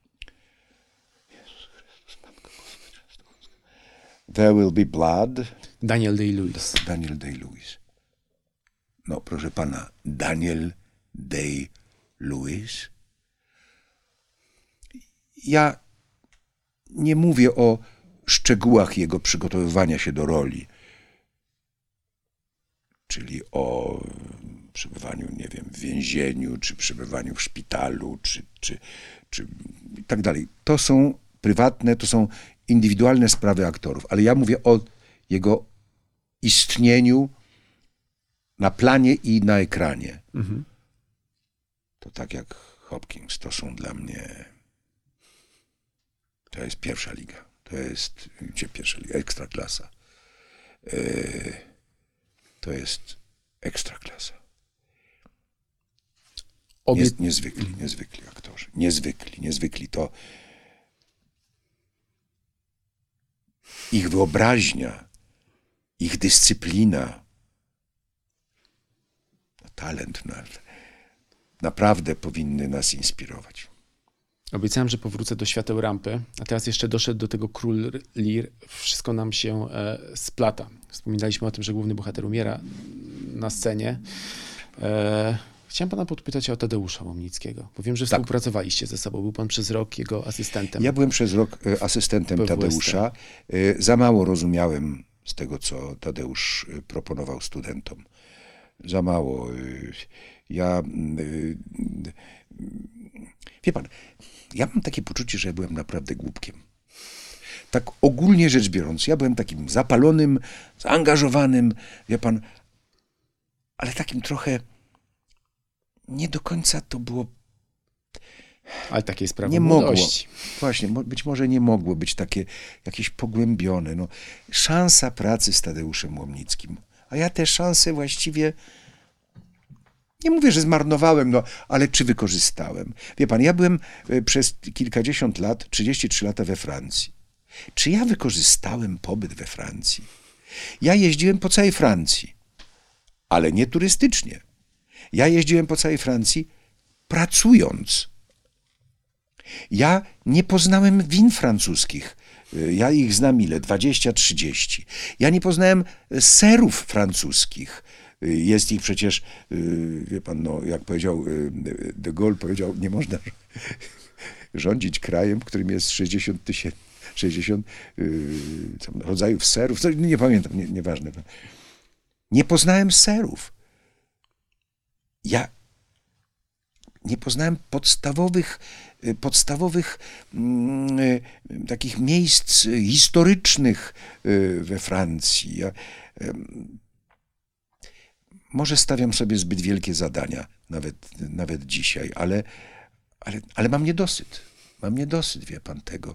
[SPEAKER 2] There Will Be Blood.
[SPEAKER 1] Daniel Day-Lewis.
[SPEAKER 2] No, proszę pana, Daniel Day-Lewis. Ja nie mówię o szczegółach jego przygotowywania się do roli, czyli o przebywaniu, nie wiem, w więzieniu, czy przebywaniu w szpitalu, czy i tak dalej. To są prywatne, to są indywidualne sprawy aktorów, ale ja mówię o jego istnieniu na planie i na ekranie. To tak jak Hopkins, to są dla mnie... To jest pierwsza liga. To jest... Gdzie pierwsza liga? Ekstraklasa. To jest ekstraklasa. Niezwykli aktorzy. Niezwykli. To ich wyobraźnia, ich dyscyplina, talent naprawdę powinny nas inspirować.
[SPEAKER 1] Obiecałem, że powrócę do świateł rampy, a teraz jeszcze doszedł do tego Król Lir. Wszystko nam się splata. Wspominaliśmy o tym, że główny bohater umiera na scenie. Chciałem pana podpytać o Tadeusza Łomnickiego, bo wiem, że współpracowaliście ze sobą. Był pan przez rok jego asystentem.
[SPEAKER 2] Ja byłem przez rok asystentem Tadeusza. Za mało rozumiałem z tego, co Tadeusz proponował studentom. Za mało. Wie pan, ja mam takie poczucie, że ja byłem naprawdę głupkiem. Tak ogólnie rzecz biorąc, ja byłem takim zapalonym, zaangażowanym, wie pan, ale takim trochę nie do końca to było.
[SPEAKER 1] Ale takie jest prawo młodości.
[SPEAKER 2] Właśnie, być może nie mogło być takie jakieś pogłębione. No, szansa pracy z Tadeuszem Łomnickim. A ja te szanse właściwie, nie mówię, że zmarnowałem, no, ale czy wykorzystałem? Wie pan, ja byłem przez kilkadziesiąt lat, 33 lata we Francji. Czy ja wykorzystałem pobyt we Francji? Ja jeździłem po całej Francji, ale nie turystycznie. Ja jeździłem po całej Francji pracując. Ja nie poznałem win francuskich. Ja ich znam ile? 20-30. Ja nie poznałem serów francuskich. Jest ich przecież, wie pan, no, jak powiedział de Gaulle, powiedział, nie można rządzić krajem, w którym jest 60 rodzajów serów. Nie pamiętam, nieważne. Nie poznałem serów. Ja nie poznałem podstawowych takich miejsc historycznych we Francji. Może stawiam sobie zbyt wielkie zadania, nawet dzisiaj, ale mam niedosyt. Mam niedosyt, wie pan, tego.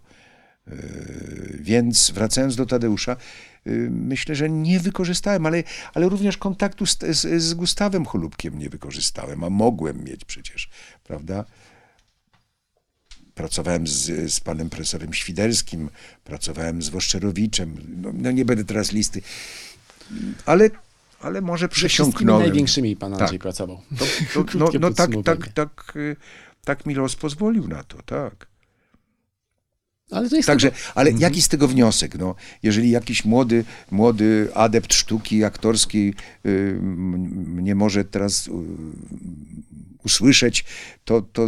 [SPEAKER 2] Więc wracając do Tadeusza, myślę, że nie wykorzystałem, ale również kontaktu z Gustawem Cholubkiem nie wykorzystałem, a mogłem mieć przecież, prawda? Pracowałem z panem profesorem Świderskim, pracowałem z Woszczerowiczem, no nie będę teraz listy, ale może przesiąknąłem.
[SPEAKER 1] Z największymi pan Andrzej pracował.
[SPEAKER 2] Tak mi los pozwolił na to, tak.
[SPEAKER 1] Ale to jest
[SPEAKER 2] Także, ale jaki z tego wniosek? No, jeżeli jakiś młody adept sztuki aktorskiej mnie może teraz usłyszeć, to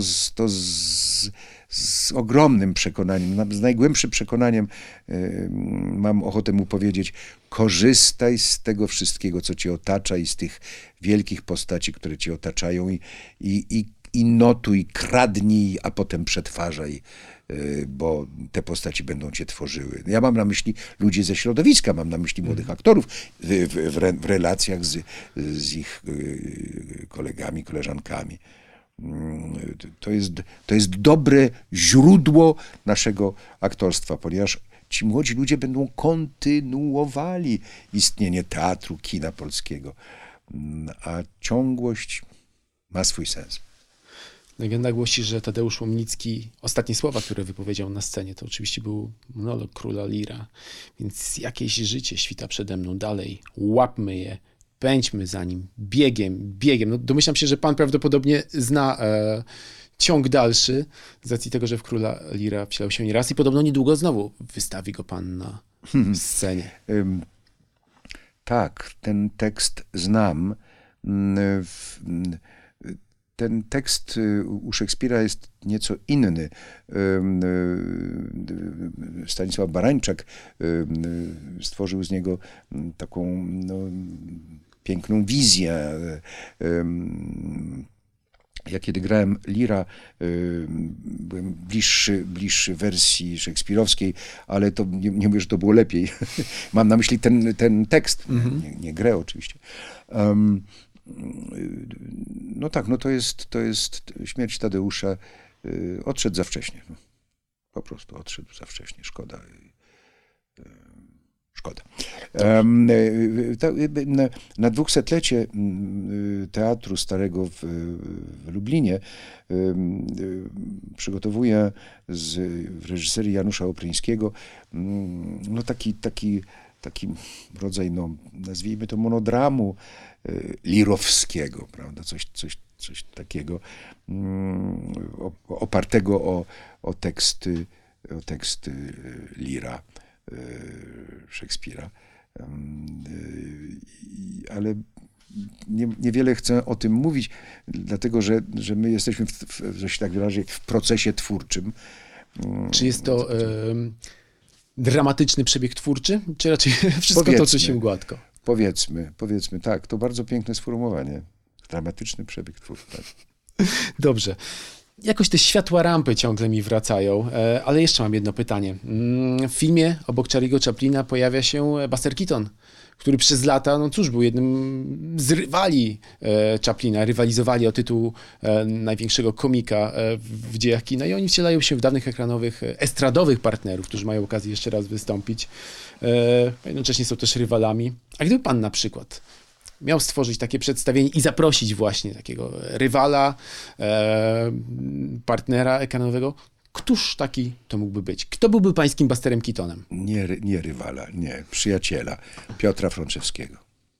[SPEAKER 2] z ogromnym przekonaniem, z najgłębszym przekonaniem mam ochotę mu powiedzieć: korzystaj z tego wszystkiego, co cię otacza, i z tych wielkich postaci, które cię otaczają, i notuj, kradnij, a potem przetwarzaj, bo te postaci będą cię tworzyły. Ja mam na myśli ludzi ze środowiska, mam na myśli młodych aktorów w relacjach z ich kolegami, koleżankami. To jest dobre źródło naszego aktorstwa, ponieważ ci młodzi ludzie będą kontynuowali istnienie teatru, kina polskiego, a ciągłość ma swój sens.
[SPEAKER 1] Legenda głosi, że Tadeusz Łomnicki, ostatnie słowa, które wypowiedział na scenie, to oczywiście był monolog Króla Lira, więc jakieś życie świta przede mną dalej, łapmy je, pędźmy za nim, biegiem. No, domyślam się, że pan prawdopodobnie zna ciąg dalszy, z racji tego, że w Króla Lira wcielał się nieraz i podobno niedługo znowu wystawi go pan na scenie.
[SPEAKER 2] Tak, ten tekst znam. Ten tekst u Szekspira jest nieco inny. Stanisław Barańczak stworzył z niego taką piękną wizję. Ja kiedy grałem Lira, byłem bliższy wersji szekspirowskiej, ale to nie mówię, że to było lepiej. Mam na myśli ten tekst, nie grę oczywiście. No tak, no to jest śmierć Tadeusza. Odszedł za wcześnie. No. Po prostu odszedł za wcześnie. Szkoda. Na 200-lecie Teatru Starego w Lublinie przygotowuję w reżyserii Janusza Opryńskiego no taki rodzaj, no, nazwijmy to monodramu lirowskiego, prawda? Coś takiego opartego o teksty Lira Szekspira. Ale niewiele chcę o tym mówić, dlatego że my jesteśmy że się tak wyrażę, w procesie twórczym.
[SPEAKER 1] Czy jest to dramatyczny przebieg twórczy, czy raczej wszystko toczy się gładko?
[SPEAKER 2] Powiedzmy, tak, to bardzo piękne sformułowanie. Dramatyczny przebieg twórczy, tak.
[SPEAKER 1] Dobrze. Jakoś te światła rampy ciągle mi wracają, ale jeszcze mam jedno pytanie. W filmie obok Charlie'ego Chaplina pojawia się Buster Keaton, który przez lata, no cóż, był jednym z rywali Chaplina, rywalizowali o tytuł największego komika w dziejach kina i oni wcielają się w dawnych ekranowych, estradowych partnerów, którzy mają okazję jeszcze raz wystąpić. Jednocześnie są też rywalami. A gdyby pan na przykład miał stworzyć takie przedstawienie i zaprosić właśnie takiego rywala, partnera ekranowego, któż taki to mógłby być? Kto byłby pańskim Busterem Keatonem?
[SPEAKER 2] Nie rywala, nie, przyjaciela. Piotra Frączewskiego.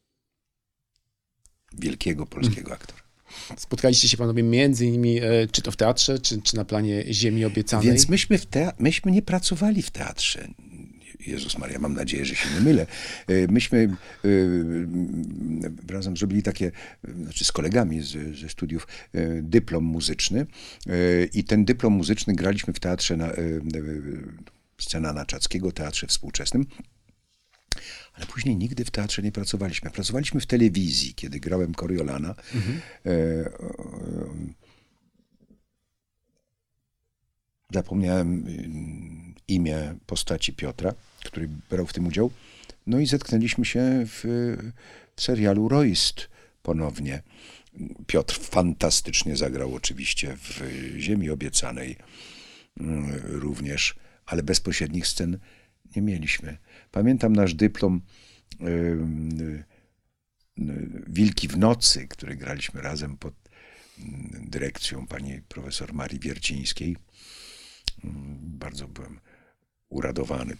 [SPEAKER 2] Wielkiego polskiego aktora.
[SPEAKER 1] Spotkaliście się panowie między innymi, czy to w teatrze, czy na planie Ziemi Obiecanej?
[SPEAKER 2] Więc myśmy nie pracowali w teatrze. Jezus Maria, mam nadzieję, że się nie mylę. Myśmy razem zrobili takie, znaczy z kolegami ze studiów, dyplom muzyczny i ten dyplom muzyczny graliśmy w teatrze Scena na Czackiego, Teatrze Współczesnym. Ale później nigdy w teatrze nie pracowaliśmy. Pracowaliśmy w telewizji, kiedy grałem Coriolana. Zapomniałem imię postaci Piotra, który brał w tym udział. No i zetknęliśmy się w serialu Royst ponownie. Piotr fantastycznie zagrał oczywiście w Ziemi Obiecanej również, ale bezpośrednich scen nie mieliśmy. Pamiętam nasz dyplom Wilki w nocy, który graliśmy razem pod dyrekcją pani profesor Marii Wiercińskiej. Bardzo byłem uradowany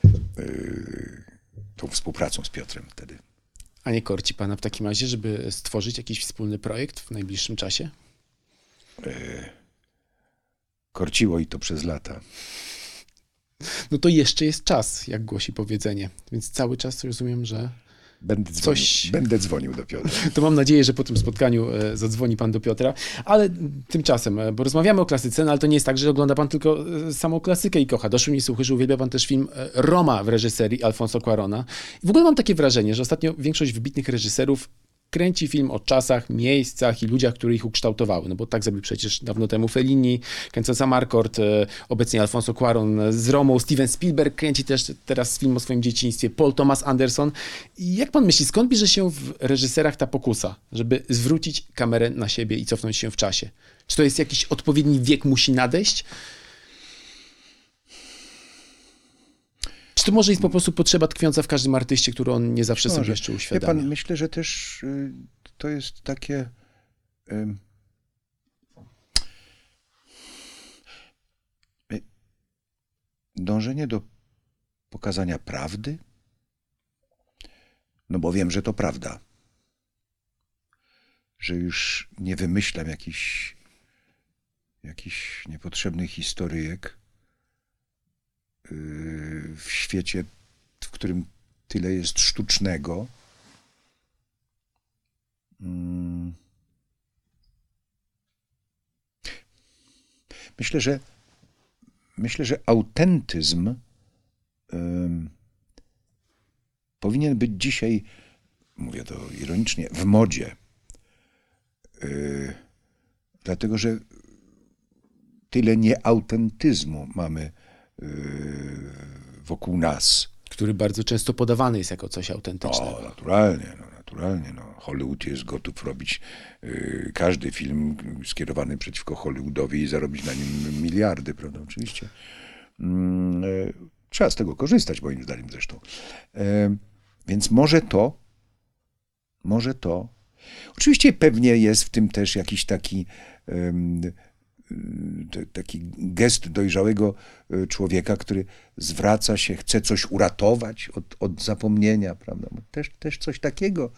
[SPEAKER 2] tą współpracą z Piotrem wtedy.
[SPEAKER 1] A nie korci pana w takim razie, żeby stworzyć jakiś wspólny projekt w najbliższym czasie?
[SPEAKER 2] Korciło i to przez lata.
[SPEAKER 1] No to jeszcze jest czas, jak głosi powiedzenie. Więc cały czas rozumiem, że
[SPEAKER 2] Będę dzwonił do Piotra.
[SPEAKER 1] To mam nadzieję, że po tym spotkaniu zadzwoni pan do Piotra. Ale tymczasem, bo rozmawiamy o klasyce, no ale to nie jest tak, że ogląda pan tylko samą klasykę i kocha. Doszły mi słuchy, że uwielbia pan też film Roma w reżyserii Alfonso Cuarona. I w ogóle mam takie wrażenie, że ostatnio większość wybitnych reżyserów kręci film o czasach, miejscach i ludziach, które ich ukształtowały. No bo tak zrobił przecież dawno temu Fellini, kręcąc Amarcord, obecnie Alfonso Cuarón z Romą, Steven Spielberg kręci też teraz film o swoim dzieciństwie, Paul Thomas Anderson. I jak pan myśli, skąd bierze się w reżyserach ta pokusa, żeby zwrócić kamerę na siebie i cofnąć się w czasie? Czy to jest jakiś odpowiedni wiek musi nadejść? Czy to może jest po prostu potrzeba tkwiąca w każdym artyście, którą on nie zawsze sobie jeszcze uświadamia?
[SPEAKER 2] Wie pan, myślę, że też to jest takie dążenie do pokazania prawdy, no bo wiem, że to prawda, że już nie wymyślam jakichś niepotrzebnych historyjek w świecie, w którym tyle jest sztucznego. Myślę, że autentyzm powinien być dzisiaj, mówię to ironicznie, w modzie. Dlatego, że tyle nieautentyzmu mamy wokół nas.
[SPEAKER 1] Który bardzo często podawany jest jako coś autentycznego.
[SPEAKER 2] O, naturalnie. No. Hollywood jest gotów robić każdy film skierowany przeciwko Hollywoodowi i zarobić na nim miliardy, prawda? Oczywiście. Trzeba z tego korzystać, moim zdaniem zresztą. Więc może to. Oczywiście pewnie jest w tym też jakiś taki gest dojrzałego człowieka, który zwraca się, chce coś uratować od zapomnienia, prawda? Też coś takiego.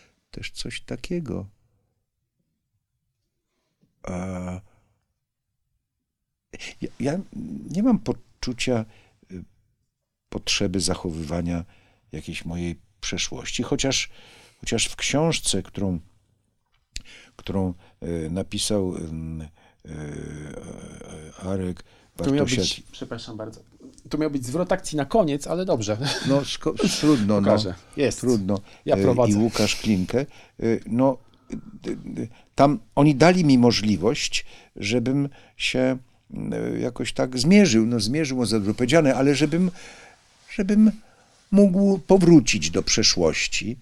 [SPEAKER 2] Ja nie mam poczucia potrzeby zachowywania jakiejś mojej przeszłości, chociaż w książce, którą napisał Arek Bartosiak.
[SPEAKER 1] Przepraszam bardzo. To miał być zwrot akcji na koniec, ale dobrze.
[SPEAKER 2] No trudno.
[SPEAKER 1] Jest.
[SPEAKER 2] Trudno.
[SPEAKER 1] Ja prowadzę.
[SPEAKER 2] I Łukasz Klinkę. No, tam oni dali mi możliwość, żebym się jakoś tak zmierzył, za dużo powiedziane, ale żebym mógł powrócić do przeszłości.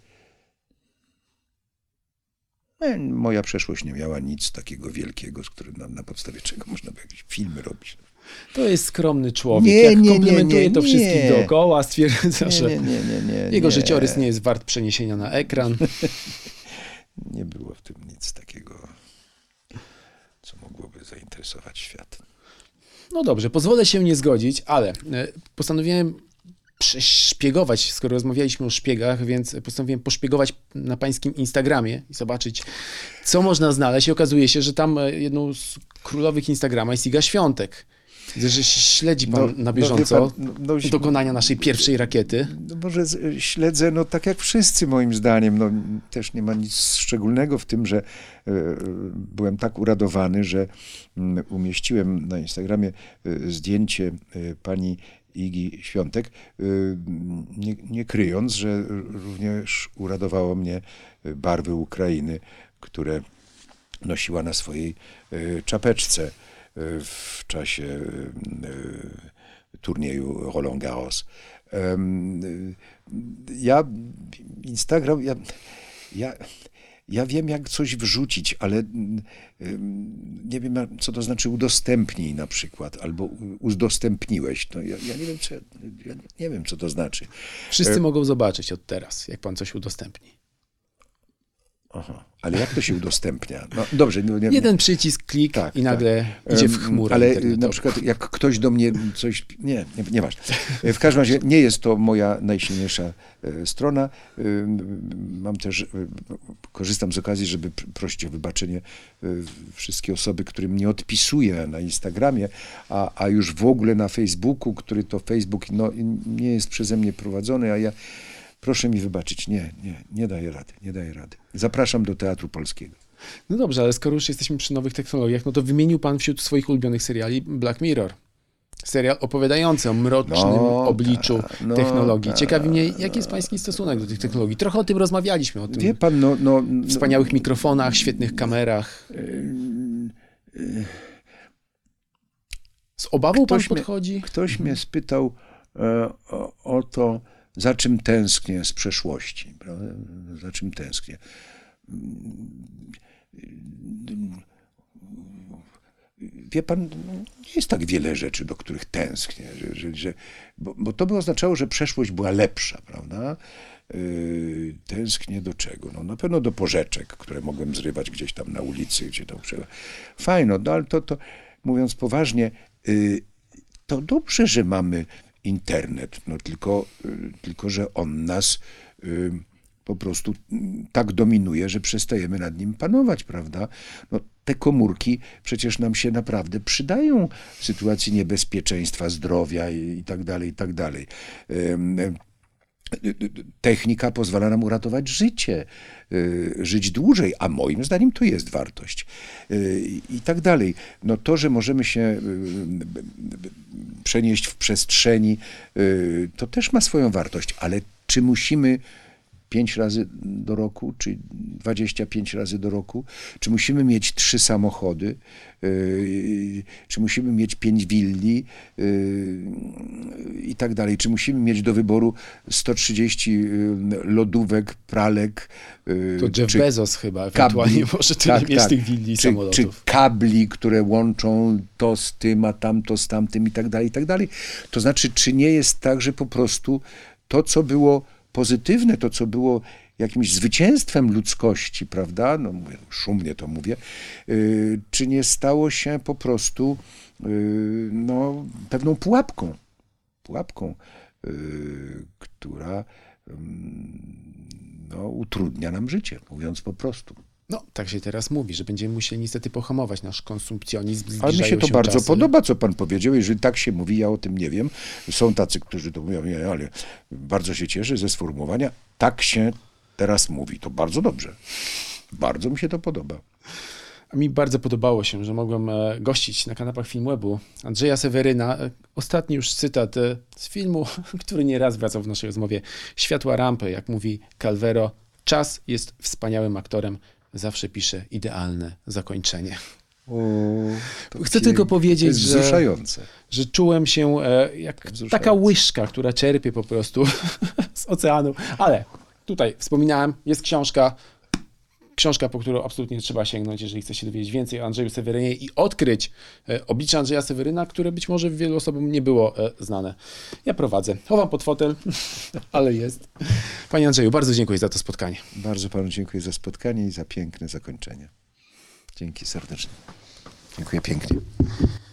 [SPEAKER 2] Moja przeszłość nie miała nic takiego wielkiego, na podstawie czego można by jakieś filmy robić.
[SPEAKER 1] To jest skromny człowiek. Komplementuje to wszystkich dookoła, stwierdza, że jego życiorys nie jest wart przeniesienia na ekran.
[SPEAKER 2] Nie było w tym nic takiego, co mogłoby zainteresować świat.
[SPEAKER 1] No dobrze, pozwolę się nie zgodzić, ale postanowiłem szpiegować, skoro rozmawialiśmy o szpiegach, więc postanowiłem poszpiegować na pańskim Instagramie i zobaczyć, co można znaleźć. I okazuje się, że tam jedną z królowych Instagrama jest Iga Świątek. Widzę, że śledzi pan na bieżąco dokonania naszej pierwszej rakiety.
[SPEAKER 2] Może śledzę, tak jak wszyscy moim zdaniem. Też nie ma nic szczególnego w tym, że byłem tak uradowany, że umieściłem na Instagramie zdjęcie pani Igi Świątek, nie kryjąc, że również uradowało mnie barwy Ukrainy, które nosiła na swojej czapeczce w czasie turnieju Roland Garros. Instagram, ja wiem, jak coś wrzucić, ale nie wiem, co to znaczy udostępnij na przykład, albo udostępniłeś. Ja nie wiem, co to znaczy.
[SPEAKER 1] Wszyscy mogą zobaczyć od teraz, jak pan coś udostępni.
[SPEAKER 2] Aha, ale jak to się udostępnia? No, dobrze.
[SPEAKER 1] Jeden przycisk, klik i nagle idzie w chmurę.
[SPEAKER 2] Ale na przykład jak ktoś do mnie coś... Nie ważne. W każdym razie nie jest to moja najsilniejsza strona. Mam też... Korzystam z okazji, żeby prosić o wybaczenie wszystkie osoby, którym nie odpisuję na Instagramie, a już w ogóle na Facebooku, który to Facebook nie jest przeze mnie prowadzony, a ja... Proszę mi wybaczyć, nie daję rady. Zapraszam do Teatru Polskiego.
[SPEAKER 1] No dobrze, ale skoro już jesteśmy przy nowych technologiach, to wymienił pan wśród swoich ulubionych seriali Black Mirror. Serial opowiadający o mrocznym obliczu technologii. Ciekawi mnie, jaki jest pański stosunek do tych technologii. Trochę o tym rozmawialiśmy, o tym
[SPEAKER 2] wie pan,
[SPEAKER 1] wspaniałych mikrofonach, świetnych kamerach. Z obawą pan podchodzi?
[SPEAKER 2] Ktoś mnie spytał o to, za czym tęsknię z przeszłości. Prawda? Za czym tęsknię? Wie pan, nie jest tak wiele rzeczy, do których tęsknię, bo to by oznaczało, że przeszłość była lepsza, prawda? Tęsknię do czego? Na pewno do porzeczek, które mogłem zrywać gdzieś tam na ulicy, gdzie tam fajno, ale to mówiąc poważnie, to dobrze, że mamy internet, tylko że on nas po prostu tak dominuje, że przestajemy nad nim panować, prawda? Te komórki przecież nam się naprawdę przydają w sytuacji niebezpieczeństwa zdrowia i tak dalej. Technika pozwala nam uratować życie, żyć dłużej, a moim zdaniem to jest wartość. I tak dalej. To, że możemy się przenieść w przestrzeni, to też ma swoją wartość, ale czy musimy 5 razy do roku, czy 25 razy do roku? Czy musimy mieć 3 samochody? Czy musimy mieć 5 willi? I tak dalej. Czy musimy mieć do wyboru 130 lodówek, pralek?
[SPEAKER 1] To Jeff Bezos chyba ewentualnie może tyle mieć tych willi i samolotów.
[SPEAKER 2] Czy kabli, które łączą to z tym, a tamto z tamtym i tak dalej, i tak dalej. To znaczy, czy nie jest tak, że po prostu to, co było pozytywne, to co było jakimś zwycięstwem ludzkości, prawda? No mówię, szumnie to mówię, czy nie stało się po prostu no, pewną pułapką, która no, utrudnia nam życie, mówiąc po prostu.
[SPEAKER 1] No, tak się teraz mówi, że będziemy musieli niestety pohamować nasz konsumpcjonizm.
[SPEAKER 2] Ale mi się to bardzo
[SPEAKER 1] czasy.
[SPEAKER 2] podoba, co pan powiedział. Jeżeli tak się mówi, ja o tym nie wiem. Są tacy, którzy to mówią, nie, ale bardzo się cieszę ze sformułowania. Tak się teraz mówi. To bardzo dobrze. Bardzo mi się to podoba.
[SPEAKER 1] A mi bardzo podobało się, że mogłem gościć na kanapach Filmwebu Andrzeja Seweryna. Ostatni już cytat z filmu, który nieraz wracał w naszej rozmowie. Światła rampy, jak mówi Calvero. Czas jest wspaniałym aktorem. Zawsze pisze idealne zakończenie. Chcę tylko powiedzieć, że czułem się jak taka łyżka, która czerpie po prostu z oceanu. Ale tutaj wspominałem, jest książka, po którą absolutnie trzeba sięgnąć, jeżeli chce się dowiedzieć więcej o Andrzeju Sewerynie i odkryć oblicze Andrzeja Seweryna, które być może wielu osobom nie było znane. Ja prowadzę. Chowam pod fotel, ale jest. Panie Andrzeju, bardzo dziękuję za to spotkanie.
[SPEAKER 2] Bardzo panu dziękuję za spotkanie i za piękne zakończenie. Dzięki serdecznie. Dziękuję pięknie.